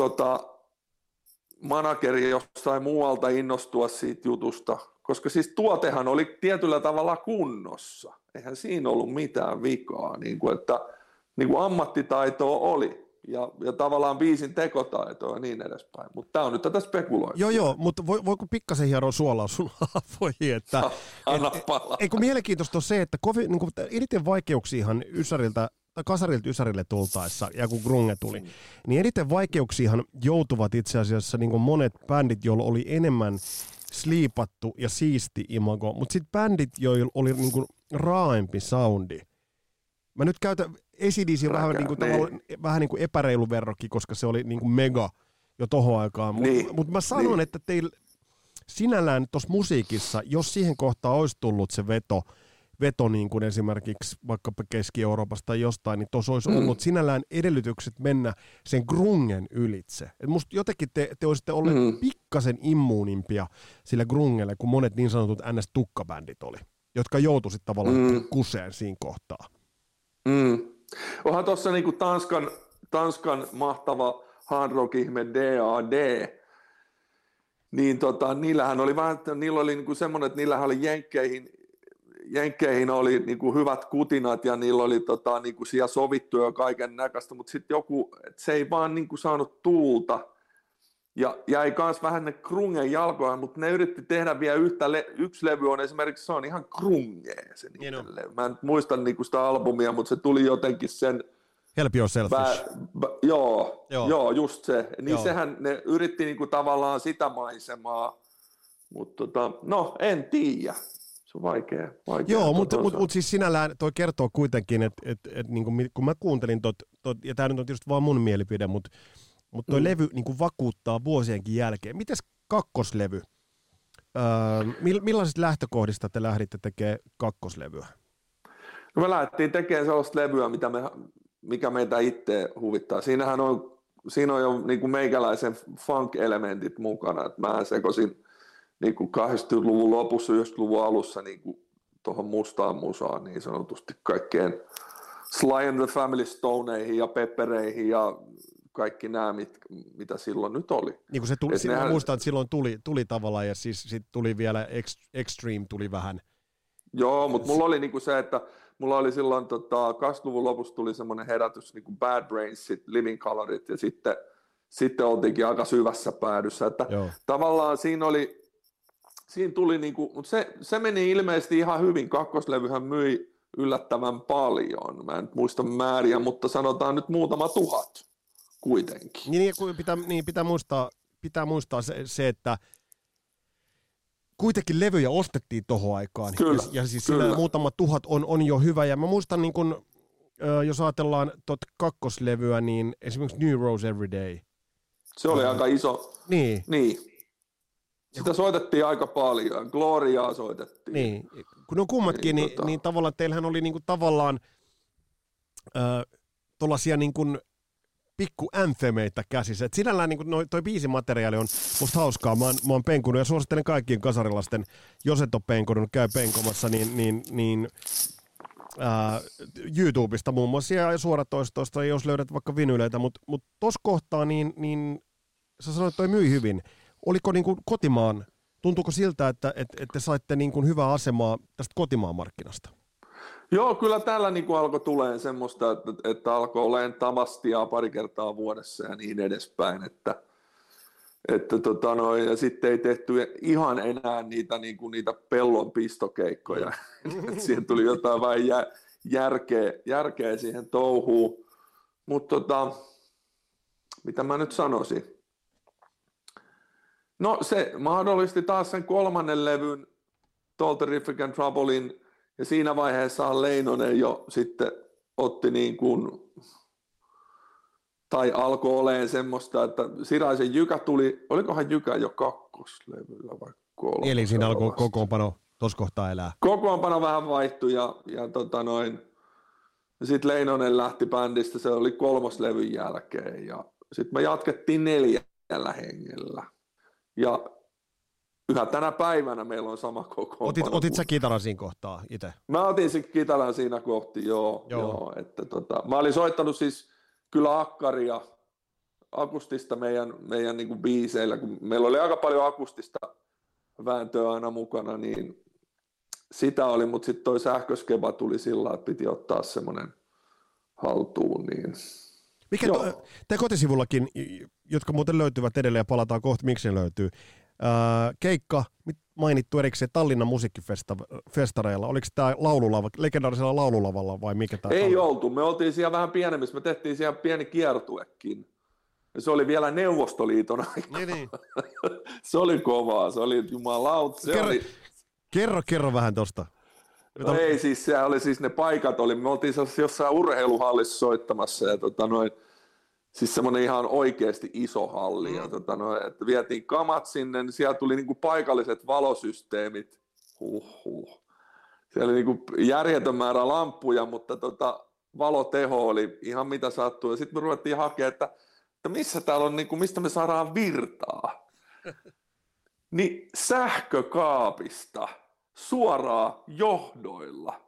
manageri jossain muualta innostua siitä jutusta, koska siis tuotehan oli tietyllä tavalla kunnossa, eihän siinä ollut mitään vikaa, niin kuin, että niin kuin ammattitaitoa oli ja tavallaan biisin tekotaitoa ja niin edespäin. Mutta tämä on nyt tätä spekulointia. Joo, mutta voiko pikkasen hieroa suolaa sun hahvoihin? Anna palaa. Eikö mielenkiintoista on se, että niin eniten vaikeuksiahan kasarilta ysärille tultaessa, ja kun grunge tuli, niin eniten vaikeuksiahan joutuvat itse asiassa niin kuin monet bändit, joilla oli enemmän sliipattu ja siisti imago, mutta sitten bändit, joilla oli niin kuin raaempi soundi. Mä nyt käytän AC/DC vähän niin kuin epäreilu verrokki, koska se oli niin kuin mega jo tohon aikaan. Mutta mä sanon, että teillä sinällään tuossa musiikissa, jos siihen kohtaan olisi tullut se veto niin kuin esimerkiksi vaikkapa Keski-Euroopasta tai jostain, niin tuossa olisi ollut sinällään edellytykset mennä sen grungen ylitse. Et musta jotenkin te olisitte olleet pikkasen immuunimpia sille grungelle, kuin monet niin sanotut NS-tukkabändit oli, jotka joutuivat tavallaan kuseen siinä kohtaa. Onhan tuossa niinku Tanskan mahtava hard rock ihme DAD, niin niillähän oli vähän, niillä oli niinku semmoinen, että niillähän oli jenkkeihin oli niinku hyvät kutinat ja niillä oli niinku siellä sovittuja ja kaiken näköistä, mutta sitten se ei vaan niinku saanut tuulta ja jäi kans vähän ne grungen jalkoja, mutta ne yritti tehdä vielä yksi levy on esimerkiksi, se on ihan grungea se levy. Mä en muista niinku sitä albumia, mutta se tuli jotenkin sen Help Yourself. Joo, just se. Niin sehän ne yritti niinku tavallaan sitä maisemaa, mutta no en tiedä. Se on vaikea. Joo, mutta siis sinällään toi kertoo kuitenkin, että niinku, kun mä kuuntelin ja tämä nyt on tietysti vaan mun mielipide, mutta toi levy niinku vakuuttaa vuosienkin jälkeen. Mites kakkoslevy? Millaisista lähtökohdista te lähditte tekemään kakkoslevyä? No me lähdettiin tekemään sellaista levyä, mikä meitä itse huvittaa. Siinä on jo niinku meikäläisen funk-elementit mukana. Et mä sekoisin niinku 80-luvun lopussa, 90-luvun alussa niinku tuohon mustaan musaan niin sanotusti kaikkeen Sly and the Family Stoneihin ja Peppereihin ja kaikki nämä, mitä silloin nyt oli. Niin kuin se mä muistan, että silloin tuli tavallaan ja siis sit tuli vielä Extreme tuli vähän. Joo, mutta mulla oli niinku se, että mulla oli silloin 20-luvun lopussa tuli semmoinen herätys niinku Bad Brainsit, Living Colorit ja sitten oltiinkin aika syvässä päädyssä, että tavallaan siinä tuli niinku, mutta se meni ilmeisesti ihan hyvin, kakkoslevyhän myi yllättävän paljon, mä en muista määriä, mutta sanotaan nyt muutama tuhat kuitenkin. Pitää muistaa se, että kuitenkin levyjä ostettiin tohon aikaan. Kyllä, ja siis sillä muutama tuhat on jo hyvä. Ja mä muistan, niin kun, jos ajatellaan kakkoslevyä, niin esimerkiksi New Rose Every Day. Se oli aika iso. Niin. Sitä soitettiin aika paljon. Gloriaa soitettiin. Niin. Kun on kummatkin, niin tavallaan teillähän oli niin kuin tavallaan tuollaisia niin kuin pikku anthemeita käsissä. Et sinällään niin toi biisimateriaali on musta hauskaa. Mä oon penkunut ja suosittelen kaikkien kasarilasten, jos et ole penkunut, käy penkomassa, niin YouTubesta muun muassa ja suoratoistoista, jos löydät vaikka vinyyleitä, mutta tuossa kohtaa niin sä sanoit, että toi myi hyvin. Oliko niin kuin kotimaan, tuntuuko siltä, että te saitte niin kuin hyvää asemaa tästä kotimaan markkinasta? Joo, kyllä täällä niin kuin alkoi tulemaan semmoista, että alkoi olemaan Tamastia pari kertaa vuodessa ja niin edespäin, ja sitten ei tehty ihan enää niitä pellon pistokeikkoja. Siihen tuli jotain vähän järkeä siihen touhuun. Mutta mitä mä nyt sanoisin? No se mahdollisti taas sen 3. levyn Tall Terrific and Troublein, ja siinä vaiheessa Leinonen jo sitten otti niin kuin, tai alkoi olemaan semmoista, että Siraisen Jykä tuli, olikohan Jykä jo 2. vai 3. Eli siinä alkoi kokoonpano tuossa kohtaa elää. Kokoonpano vähän vaihtui ja sitten Leinonen lähti bändistä, se oli 3. levyn jälkeen ja sitten me jatkettiin 4 hengellä. Ja yhä tänä päivänä meillä on sama kokoonpano. Otit sä kitaran siinä kohtaa itse? Mä otin sen kitaran siinä kohti, joo että mä olin soittanut siis kyllä akkaria, akustista meidän niin kuin biiseillä, kun meillä oli aika paljon akustista vääntöä aina mukana, niin sitä oli, mutta sitten toi sähköskeba tuli sillä, että piti ottaa semmoinen haltuun. Niin. Mikä te kotisivullakin, jotka muuten löytyvät edelleen ja palataan kohta, miksi ne löytyy, keikka mainittu erikseen Tallinnan musiikkifestareilla. Oliko tämä legendaarisella laululavalla vai mikä tämä? Ei oltu. Me oltiin siellä vähän pienemmissä. Me tehtiin siellä pieni kiertuekin. Ja se oli vielä Neuvostoliiton aikana. Niin. Se oli kovaa. Se oli jumalauta. Kerro vähän tosta. No ei siis, se oli siis ne paikat oli. Me oltiin jossain urheiluhallissa soittamassa ja siis semmoinen ihan oikeasti iso halli. Ja että vietiin kamat sinne, niin siellä tuli niinku paikalliset valosysteemit. Siellä oli niinku järjetön määrä lamppuja, mutta valoteho oli ihan mitä sattuu. Ja sitten me ruvettiin hakemaan, että missä täällä on, niinku, mistä me saadaan virtaa. Niin sähkökaapista suoraan johdoilla.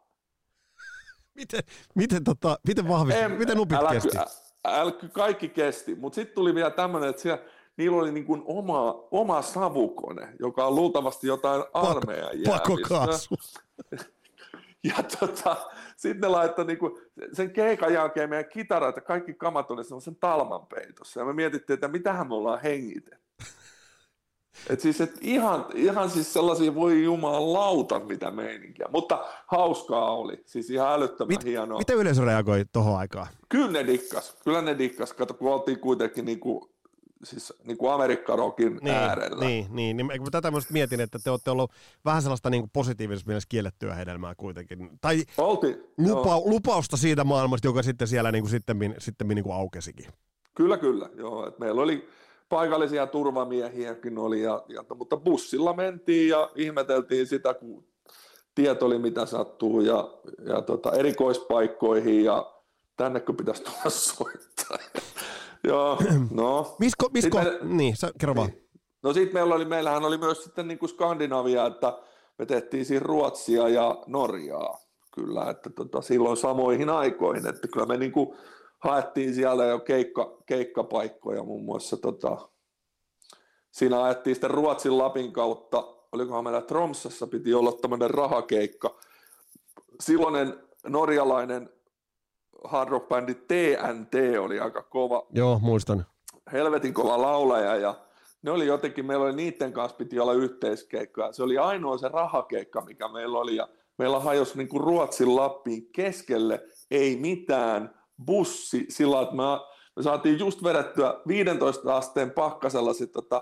Miten vahvisti? Miten nupit kesti? Kaikki kesti, mutta sitten tuli vielä tämmöinen, että niillä oli niin kuin oma savukone, joka on luultavasti jotain armeijan jäämistä. Pakokaasu. Ja sitten ne laittoi niinku sen keikan jälkeen meidän kitarat ja kaikki kamat oli semmoisen talman peitossa. Ja me mietittiin, että mitähän me ollaan hengitetty. Et ihan siis sellaisia voi jumalauta mitä meininkiä, mutta hauskaa oli, siis ihan älyttömän hienoa. Miten yleisö reagoi tohon aikaan? Kyllä ne dikkas, kato kun oltiin kuitenkin niinku Amerikka-rockin äärellä. Niin. Tätä mä mietin, että te olette ollut vähän sellaista niinku positiivisessa mielessä kiellettyä hedelmää kuitenkin. Tai lupausta siitä maailmasta, joka sitten siellä niinku sitten niinku aukesikin. Kyllä, joo. Et meillä oli paikallisia turvamiehiäkin oli, mutta bussilla mentiin ja ihmeteltiin sitä, kun tiet oli mitä sattuu ja erikoispaikkoihin ja tännekö pitäisi tulla soittaa. Joo, no. Niin, kerro vaan. No sitten meillähän oli myös sitten niin kuin Skandinavia, että me tehtiin siinä Ruotsia ja Norjaa kyllä, että silloin samoihin aikoihin, että kyllä me niin kuin haettiin siellä jo keikkapaikkoja muun muassa siinä ajettiin sitten Ruotsin Lapin kautta, olikohan meillä Tromsassa piti olla tämmöinen rahakeikka. Silloinen norjalainen hard rock bändi TNT oli aika kova. Joo, muistan. Helvetin kova laulaja ja ne oli jotenkin, meillä oli niiden kanssa piti olla yhteiskeikka. Se oli ainoa se rahakeikka, mikä meillä oli ja meillä hajosi niin kuin Ruotsin Lappiin keskelle, ei mitään, bussi sillä että me saatiin just vedettyä 15 asteen pakkasella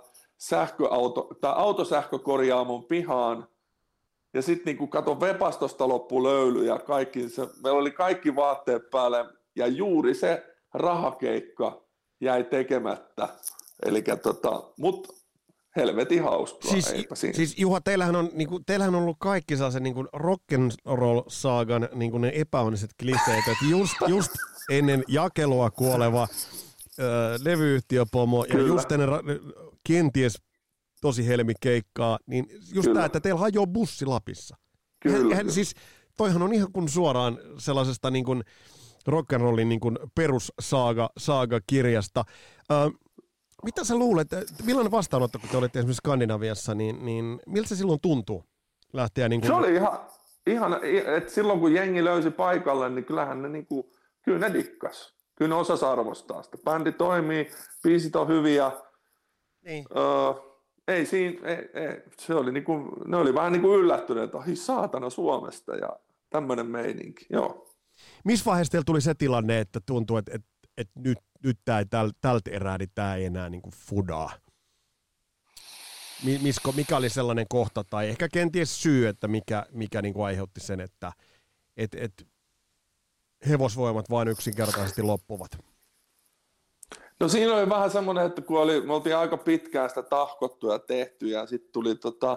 autosähkökorjaamon pihaan ja sitten niinku kato vepastosta loppu löyly ja kaikki, meillä oli kaikki vaatteet päälle ja juuri se rahakeikka jäi tekemätta. Elikkä mutta helvetin hauskaa. Siis Juha, teillähän on ollut kaikki sellaisen niinku rock'n'roll-saagan niinku ne epäonniset kliseet, että just ennen jakelua kuoleva levyyhtiöpomo ja just ennen kenties tosi helmikeikkaa, niin just tämä, että teillä hajoaa bussi Lapissa. Kyllä. Siis toihan on ihan kuin suoraan sellaisesta niin kuin rock'n'rollin niin kuin perussaaga-kirjasta. Mitä sä luulet, millainen vastaanotto, kun te olitte esimerkiksi Skandinaviassa, niin miltä se silloin tuntuu lähteä? Niin kuin... Se oli ihan että silloin kun jengi löysi paikalle, niin kyllähän ne, niin kuin, kyllä ne dikkas. Kyllä ne osasi arvostaa sitä. Bändi toimii, biisit on hyviä. Niin. Se oli niin kuin, ne oli vähän niin kuin yllättyneet, että ai saatana Suomesta ja tämmöinen meininki. Joo. Missä vaiheessa teillä tuli se tilanne, että tuntuu, että nyt tämä ei tältä erää, niin tämä ei enää niin kuin fudaa? Mikä oli sellainen kohta, tai ehkä kenties syy, että mikä niin kuin aiheutti sen, että hevosvoimat vain yksinkertaisesti loppuvat? No siinä oli vähän semmoinen, että kun me oltiin aika pitkään sitä tahkottu ja tehty, ja sitten tuli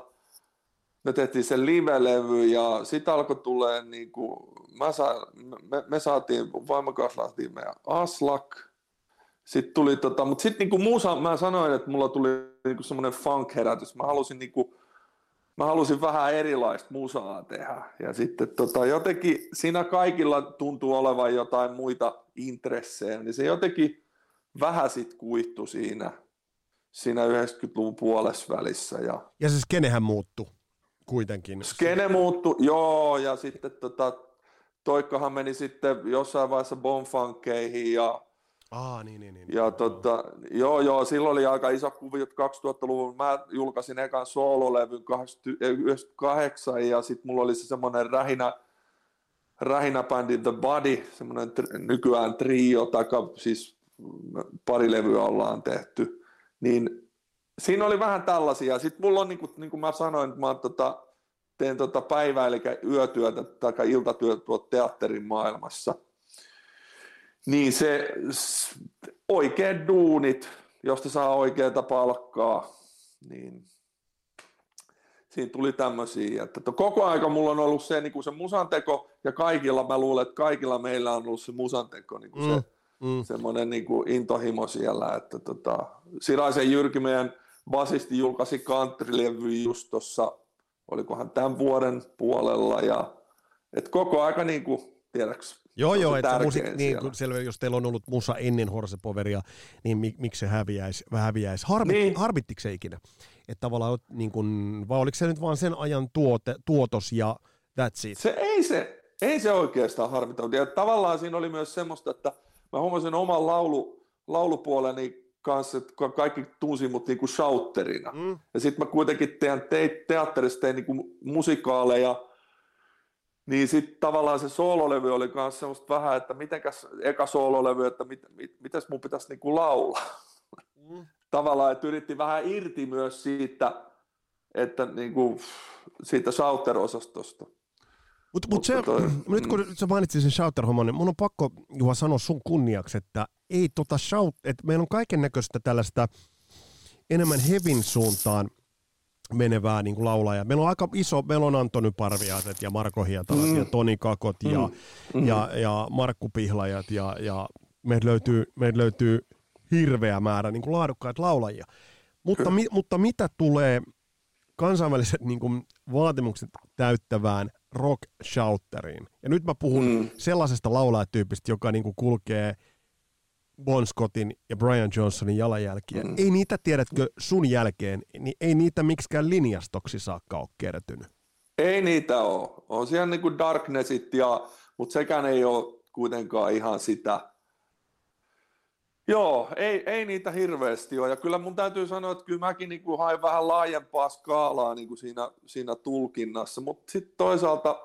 me tehtiin sen live-levy, ja sitten alkoi tulee niinku, me saatiin, vaimon kanssa lähtiin meidän Aslak, sitten tuli mutta sitten niinku musa, mä sanoin, että mulla tuli niinku semmoinen funk-herätys, mä halusin vähän erilaista musaa tehdä, ja sitten jotenkin siinä kaikilla tuntuu olevan jotain muita intressejä, niin se jotenkin vähän sit kuihtui siinä 90-luvun puolesvälissä. Ja se skenehän muuttui kuitenkin. Skene muuttui, joo, ja sitten Toikkahan meni sitten jossain vaiheessa Bonfunkkeihin ja niin. Joo, silloin oli aika iso kuvio 2000-luvun. Mä julkaisin ekan soololevyn 1998 ja sitten mulla oli se semmoinen rähinäbändi The Body, semmoinen nykyään trio, tai siis pari levyä ollaan tehty. Niin siinä oli vähän tällaisia. Sitten mulla on, niin kuin mä sanoin, että mä teen päivä- eli yötyötä tai iltatyötä teatterin maailmassa. Niin se oikeat duunit, josta saa oikeaa palkkaa, niin siinä tuli tämmöisiä. Että koko aika mulla on ollut se, niin kuin se musanteko, ja kaikilla, mä luulen, että kaikilla meillä on ollut se musanteko, niin kuin semmoinen niin kuin intohimo siellä. Että Siraisen Jyrki, meidän basisti, julkaisi country-levy just tuossa, olikohan tämän vuoden puolella, ja että koko aika niin kuin, tiedätkö, Joo, että niin, selvä, jos teillä on ollut musa ennen Horsepoweria, niin miksi se häviäisi? Harmittiko se ikinä? Että tavallaan, niin kuin, vai oliko se nyt vaan sen ajan tuotos ja that's it? Ei se oikeastaan harmittanut. Ja tavallaan siinä oli myös semmoista, että mä huomasin oman laulupuoleni kanssa, että kaikki tunsi mut niinku shouterina. Ja sitten mä kuitenkin teatterissa tein niinku musikaaleja. Niin sitten tavallaan se soololevy oli myös semmoista vähän, että mitenkäs eka soololevy, että mitäs mun pitäisi niinku laulaa. Tavallaan, että yritti vähän irti myös siitä, että niinku, siitä shouter-osastosta. Nyt kun sä mainitsit sen shouter-homman, niin mun on pakko Juha sanoa sun kunniaksi, että ei että meillä on kaiken näköistä tällaista enemmän hevin suuntaan menevää niin kuin laulajaa. Meillä on aika iso, meillä on Antoni Parviaiset ja Marko Hietalat ja Toni Kakot ja Markku Pihlajat ja meiltä löytyy hirveä määrä niin kuin laadukkaita laulajia. Mutta mitä tulee kansainväliset niin kuin vaatimukset täyttävään rock-shouteriin? Ja nyt mä puhun sellaisesta laulajatyypistä, joka niin kuin kulkee Bon Scottin ja Brian Johnsonin jalanjälkiä. Ei niitä, tiedätkö, sun jälkeen, niin ei niitä miksikään linjastoksi saakka ole kertynyt. Ei niitä ole. On siellä niin kuin Darknessit, mutta sekään ei ole kuitenkaan ihan sitä. Joo, ei niitä hirveästi ole. Ja kyllä mun täytyy sanoa, että kyllä mäkin niin kuin hain vähän laajempaa skaalaa niin kuin siinä tulkinnassa. Mutta sitten toisaalta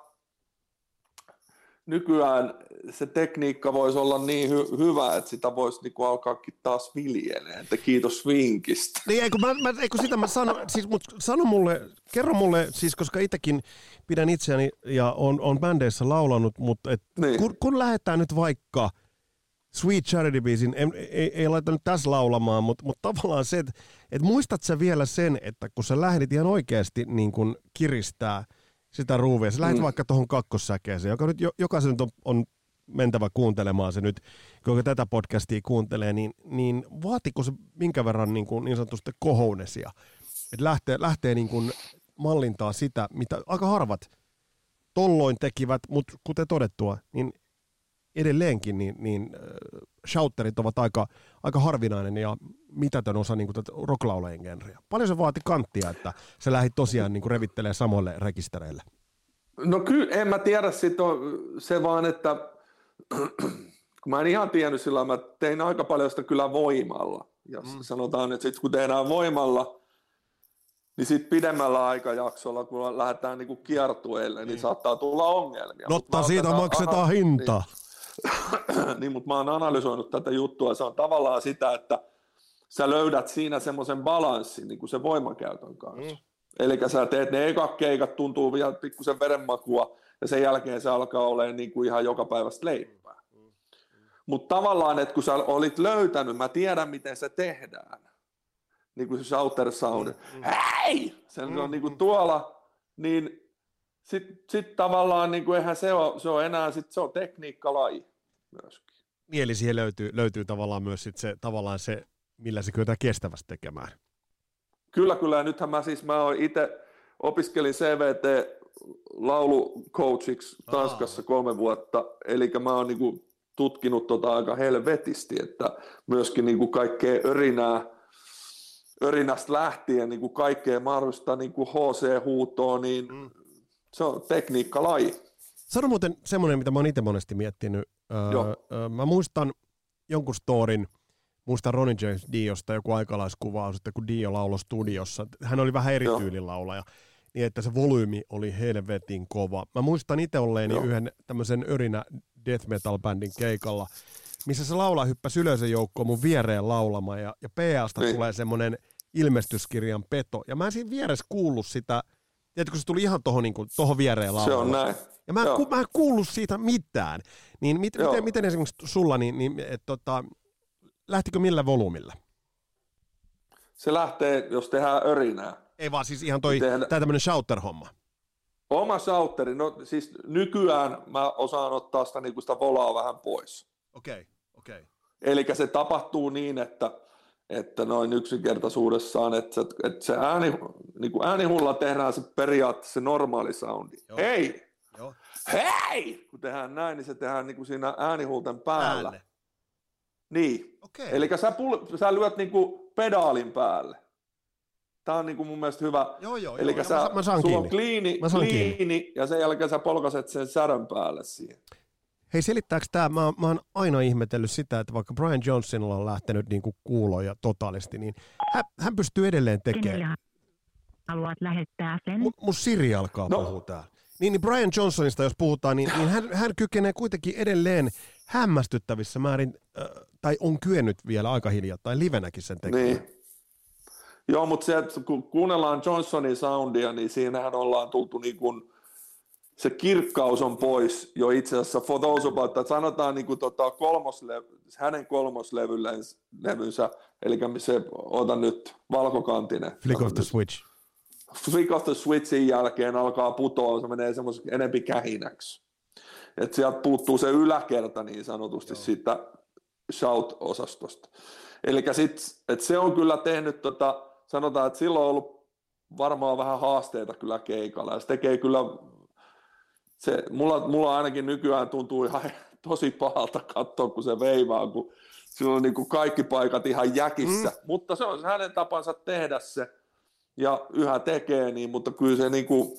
nykyään se tekniikka voisi olla niin hyvä, että sitä voisi niinku alkaakin taas viljelemään. Että kiitos vinkistä. Niin, eikö sitä mä sanon, siis, kerro mulle, siis koska itsekin pidän itseäni ja on bändeissä laulanut, mutta niin. kun lähdetään nyt vaikka Sweet Charity-biisin, ei laita nyt tässä laulamaan, mutta tavallaan se, että muistat sä vielä sen, että kun sä lähdit ihan oikeasti niin kun kiristää sitä ruuvia. Sä lähdet vaikka tuohon kakkossäkeeseen, joka nyt jokaisen nyt on mentävä kuuntelemaan se nyt, kun tätä podcastia kuuntelee, niin vaatiko se minkä verran niin sanotusti kohounesia? Että lähtee niin kuin mallintaa sitä, mitä aika harvat tolloin tekivät, mutta kuten todettua, niin edelleenkin niin shouterit ovat aika harvinainen ja mitätön osa niin tätä rocklaulajien genreä. Paljon se vaati kanttia, että se lähti tosiaan niin revittelemään samoille rekistereille? No kyllä, en mä tiedä se vaan, että kun mä en ihan tiennyt sillä, mä tein aika paljon sitä kyllä voimalla. Ja sanotaan, että sitten kun tehdään voimalla, niin sitten pidemmällä aikajaksolla, kun lähdetään niinku kiertueelle, niin saattaa tulla ongelmia. Notta siitä maksetaan hintaa. Niin, mutta mä oon analysoinut tätä juttua. Se on tavallaan sitä, että sä löydät siinä semmoisen balanssin niin kuin sen voimakäytön kanssa. Eli sä teet ne ekat keikat, tuntuu vielä pikkusen verenmakua, ja sen jälkeen se alkaa olemaan niin kuin ihan jokapäiväistä leipää. Mutta tavallaan, että kun sä olit löytänyt, mä tiedän miten se tehdään. Niin kuin se shouter sound. Hei! Se on niin kuin tuolla, niin sit tavallaan niin kuin eihän se on enää, se on tekniikkalaji myöskin. Niin, eli siihen löytyy tavallaan myös sit se, millä se kyetään kestävästi tekemään. Kyllä, ja nythän mä itse opiskelin CVT-laulucoachiksi Tanskassa 3 vuotta, eli mä oon niinku tutkinut aika helvetisti, että myöskin niinku kaikkea örinästä lähtien niinku kaikkea mahdollista niinku HC-huutoa, niin se on tekniikkalaji. Sano muuten semmoinen, mitä mä oon itse monesti miettinyt. Mä muistan jonkun storin, muistan Ronnie James Diosta joku aikalaiskuvaus, että kun Dio lauloi studiossa, hän oli vähän eri tyylin laulaja, niin että se volyymi oli helvetin kova. Mä muistan itse olleeni yhden tämmöisen örinä death metal-bändin keikalla, missä se laulaja hyppäsi yleisön joukkoon mun viereen laulamaan, ja PAsta tulee semmoinen ilmestyskirjan peto, ja mä en siinä vieressä kuullut sitä, tiedätkö, se tuli ihan tohon viereen laulamaan. Se on näin. Ja mä en kuullut siitä mitään. Niin miten esimerkiksi sulla, lähtikö millä volyymilla? Se lähtee, jos tehdään örinää. Ei vaan siis ihan tää tämmönen shouter-homma. Oma shouteri, no siis nykyään mä osaan ottaa sitä, niin kuin sitä volaa vähän pois. Okei. Eli se tapahtuu niin, että noin yksinkertaisuudessaan, että se äänihulla tehdään se periaatteessa se normaali soundi. Hei! Joo. Hei! Kun tehdään näin, niin se tehdään niin kuin siinä äänihulten päällä. Niin. Okay. Eli sä lyöt niin kuin pedaalin päälle. Tää on niin kuin mun mielestä hyvä. Joo. Eli sulla on kliini ja sen jälkeen sä polkaset sen särön päälle siihen. Hei, selittääkö tämä, mä oon aina ihmetellyt sitä, että vaikka Brian Johnsonilla on lähtenyt niin kuin kuuloja totaalisti, niin hän pystyy edelleen tekemään. Haluat lähettää sen? Mun Siri alkaa puhua täällä. Niin Brian Johnsonista jos puhutaan, niin hän kykenee kuitenkin edelleen hämmästyttävissä määrin, tai on kyennyt vielä aika hiljattain livenäkin sen tekemään. Niin. Joo, mutta se, kun kuunnellaan Johnsonin soundia, niin siinähän ollaan tultu niin kuin, se kirkkaus on pois jo itse asiassa for those about, että sanotaan niin kuin hänen kolmoslevynsä, eli se, otan nyt valkokantinen. Flick of the Switch. Flick of the Switchin jälkeen alkaa putoa, se menee semmoisen enempi kähinäksi. Että sieltä puuttuu se yläkerta niin sanotusti siitä shout-osastosta. Eli se on kyllä tehnyt, sanotaan, että silloin on ollut varmaan vähän haasteita kyllä keikalla. Ja se tekee kyllä, mulla ainakin nykyään tuntuu ihan tosi pahalta katsoa, kun se veivaa, kun sillä on niin kuin kaikki paikat ihan jäkissä. Mutta se on hänen tapansa tehdä se. Ja yhä tekee niin, mutta kyllä se niinku,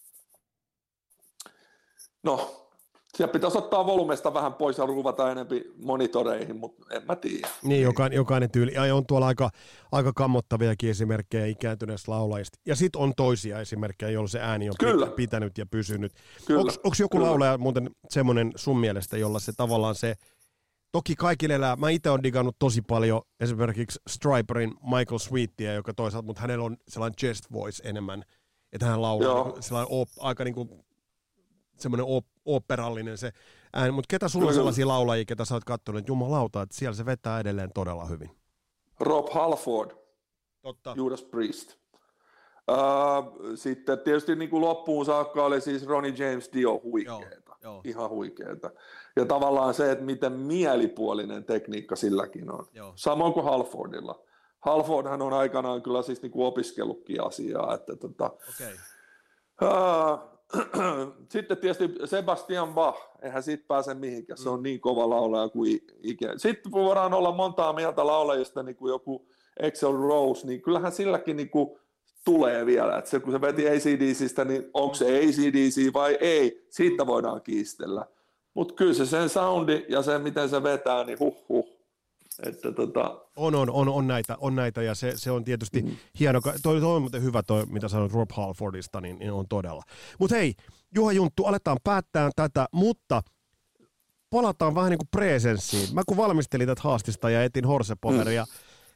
siellä pitäisi ottaa volumesta vähän pois ja ruuvata enempi monitoreihin, mutta en mä tiedä. Niin, jokainen tyyli. Ja on tuolla aika kammottaviakin esimerkkejä ikääntyneistä laulajista. Ja sitten on toisia esimerkkejä, joilla se ääni on pitänyt ja pysynyt. Onko joku laulaja muuten semmoinen sun mielestä, jolla se tavallaan se, toki kaikille elää, mä itse olen digannut tosi paljon esimerkiksi Stryperin Michael Sweetia, joka toisaalta, mutta hänellä on sellainen chest voice enemmän, että hän laulaa niin sellainen aika niin kuin semmoinen oopperallinen se ääni, mutta ketä sulla on sellaisia laulajia, ketä sä oot katsonut, että jumalauta, että siellä se vetää edelleen todella hyvin? Rob Halford, Totta. Judas Priest. Sitten tietysti niin kuin loppuun saakka oli siis Ronnie James Dio huikeeta, ihan huikeeta. Ja tavallaan se, että miten mielipuolinen tekniikka silläkin on. Samoin kuin Halfordilla. Halfordhan on aikanaan kyllä siis niin kuin opiskellutkin asiaa. Että Sitten tietysti Sebastian Bach, eihän siitä pääse mihinkään, se on niin kova laulaja kuin ikinä. Sitten voidaan olla montaa mieltä laulajista, niin kuin joku Axl Rose, niin kyllähän silläkin niin kuin tulee vielä, että se, kun se veti AC/DC:stä, niin onko se AC/DC vai ei, siitä voidaan kiistellä. Mutta kyllä se sen soundi ja se, miten se vetää, niin Että On näitä ja se on tietysti hieno. Toi on muuten hyvä mitä sanoit Rob Halfordista, niin on todella. Mutta hei, Juha Junttu, aletaan päättää tätä, mutta palataan vähän niin kuin presenssiin. Mä kun valmistelin tätä haastista ja etin Horsepoweria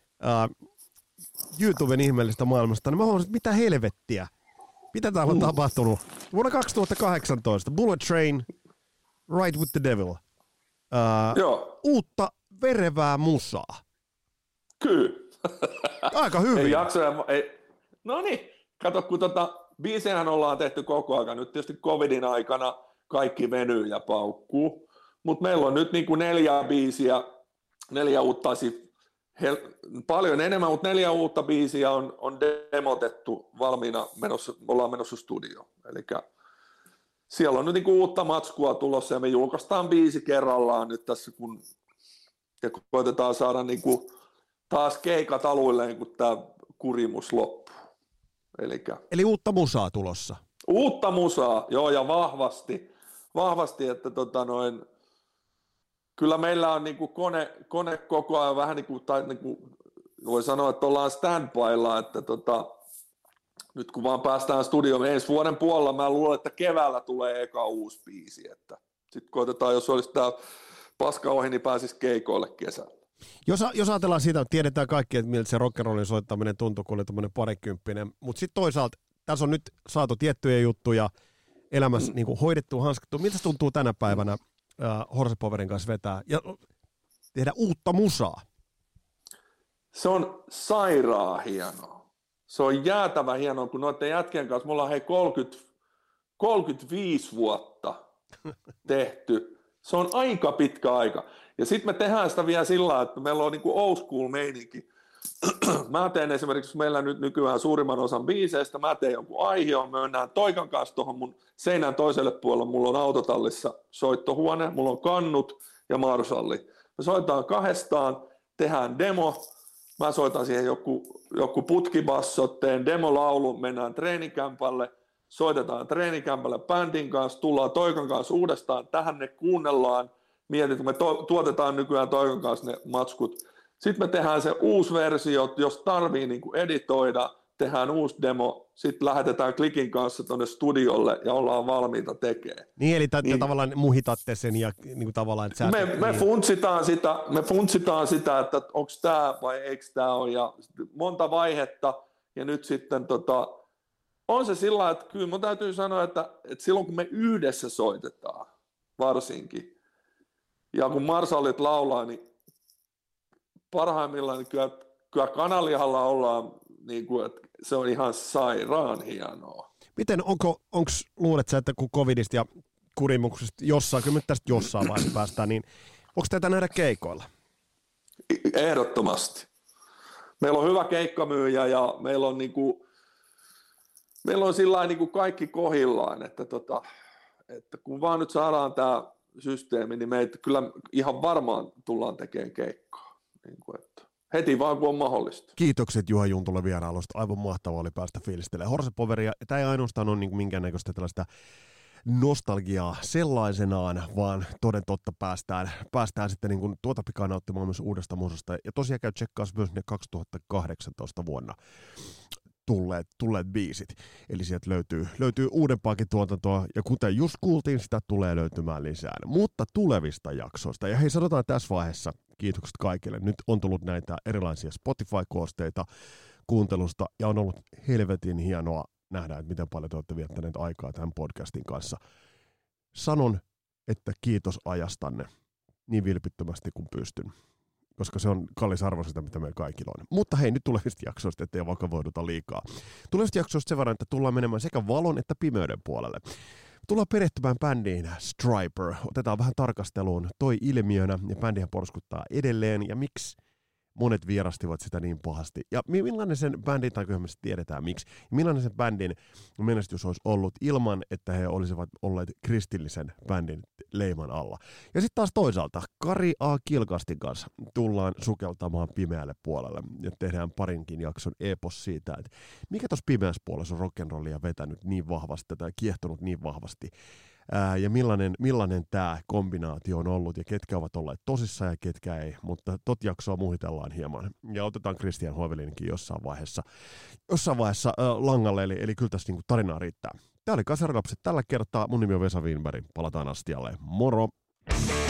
YouTuben ihmeellistä maailmasta, niin mä huomasin, että mitä helvettiä. Mitä täällä on tapahtunut? Vuonna 2018, Bullet Train, Ride with the Devil. Uutta verevää musaa. Kyllä. Aika hyvin. Ei jaksa, no niin, kato kun biisejähän ollaan tehty koko ajan. Nyt tietysti covidin aikana kaikki venyy ja paukkuu. Mutta meillä on nyt niinku 4 biisiä, 4 uutta, paljon enemmän, mutta 4 uutta biisiä on demotettu valmiina, ollaan menossa studioon. Elikkä siellä on nyt niinku uutta matskua tulossa ja me julkaistaan biisi kerrallaan nyt tässä, kun koitetaan saada niinku taas keikat aluilleen, kun tämä kurimus loppuu. Eli uutta musaa tulossa? Uutta musaa, joo, ja vahvasti että kyllä meillä on niinku kone koko ajan vähän niinku voi sanoa, että ollaan standbylla, että nyt kun vaan päästään studioon ensi vuoden puolella, mä luulen, että keväällä tulee eka uusi biisi, että sitten koitetaan, jos olisi tämä paska ohi, niin pääsisi keikoille kesällä. Jos ajatellaan siitä, että tiedetään kaikki, että miltä se rock'n'rollin soittaminen tuntuu, kun oli tuommoinen parikymppinen, mutta sitten toisaalta tässä on nyt saatu tiettyjä juttuja elämässä niin kuin hoidettu, hanskattu. Miltä tuntuu tänä päivänä Horsepowerin kanssa vetää ja tehdä uutta musaa? Se on sairaan hienoa. Se on jäätävä hienoa, kun noiden jätkien kanssa me ollaan 35 vuotta tehty. Se on aika pitkä aika. Ja sitten me tehdään sitä vielä sillä lailla, että meillä on niinku old school meininki. Mä teen esimerkiksi meillä nyt nykyään suurimman osan biiseistä, mä teen jonkun aihion, me mennään Toikan kanssa tuohon mun seinän toiselle puolelle, mulla on autotallissa soittohuone, mulla on kannut ja marshalli. Me soitetaan kahdestaan, tehdään demo, mä soitan siihen joku putkibassot, teen demolaulun, mennään treenikämpälle, soitetaan treenikämpälle bändin kanssa, tullaan Toikan kanssa uudestaan, tähän ne kuunnellaan, mietit, me tuotetaan nykyään Toikan kanssa ne matskut. Sitten me tehdään se uusi versio, jos tarvii niin kuin editoida, tehdään uusi demo, sitten lähetetään Klikin kanssa tuonne studiolle ja ollaan valmiita tekemään. Niin, eli tavallaan muhitatte sen ja niin kuin tavallaan... Että me funtsitaan sitä, että onko tämä vai eikö tämä ole, ja monta vaihetta, ja nyt sitten on se sillä lailla, että kyllä mun täytyy sanoa, että silloin kun me yhdessä soitetaan, varsinkin, ja kun marshallit laulaa, niin parhaimmillaan niin kyllä kanalihalla ollaan, niin kuin, että se on ihan sairaan hienoa. Miten, luulet sä, että kun covidista ja kurimuksesta jossain, kyllä nyt tästä jossain vaiheessa päästään, niin onko tätä nähdä keikoilla? Ehdottomasti. Meillä on hyvä keikkamyyjä ja meillä on, sillä niin kuin kaikki kohillaan, että kun vaan nyt saadaan tämä systeemi, niin meitä kyllä ihan varmaan tullaan tekemään keikkaa. Niin kuin, että heti vaan, kun on mahdollista. Kiitokset Juha Juntulle vierailusta. Aivan mahtavaa oli päästä fiilistelemään Horsepoweria. Tämä ei ainoastaan ole niin minkäännäköistä tällaista nostalgiaa sellaisenaan, vaan toden totta päästään sitten niin kuin tuota pikaa nauttimaan myös uudesta musasta. Ja tosiaan käy tsekkaas myös ne 2018 vuonna tulleet biisit. Eli sieltä löytyy uudempaakin tuotantoa, ja kuten just kuultiin, sitä tulee löytymään lisää. Mutta tulevista jaksoista, ja hei, sanotaan tässä vaiheessa kiitokset kaikille. Nyt on tullut näitä erilaisia Spotify-koosteita kuuntelusta, ja on ollut helvetin hienoa nähdä, että miten paljon te olette viettäneet aikaa tämän podcastin kanssa. Sanon, että kiitos ajastanne niin vilpittömästi kuin pystyn, koska se on kallis arvo sitä, mitä meillä kaikilla on. Mutta hei, nyt tulevista jaksoista, ettei vakavoiduta liikaa. Tulevista jaksoista sen verran, että tullaan menemään sekä valon että pimeyden puolelle. Tullaan perehtymään bändiin Stryper. Otetaan vähän tarkasteluun toi ilmiönä, ja bändihän porskuttaa edelleen, ja miksi monet vierastivat sitä niin pahasti. Ja millainen sen bändin, tai kyllä me tiedetään miksi, millainen sen bändin menestys olisi ollut ilman, että he olisivat olleet kristillisen bändin leiman alla. Ja sitten taas toisaalta, Kari A. Kilkastin kanssa tullaan sukeltamaan pimeälle puolelle ja tehdään parinkin jakson epos siitä, että mikä tuossa pimeässä puolessa on rock'n'rollia vetänyt niin vahvasti tai kiehtonut niin vahvasti. Ja millainen tämä kombinaatio on ollut ja ketkä ovat olleet tosissaan ja ketkä ei, mutta tot jaksoa muhitellaan hieman ja otetaan Christian Hovelinkin jossain vaiheessa langalle, eli kyllä tässä niinku tarinaa riittää. Tämä oli Kasaralapset tällä kertaa, mun nimi on Vesa Wienberg, palataan astialle, moro!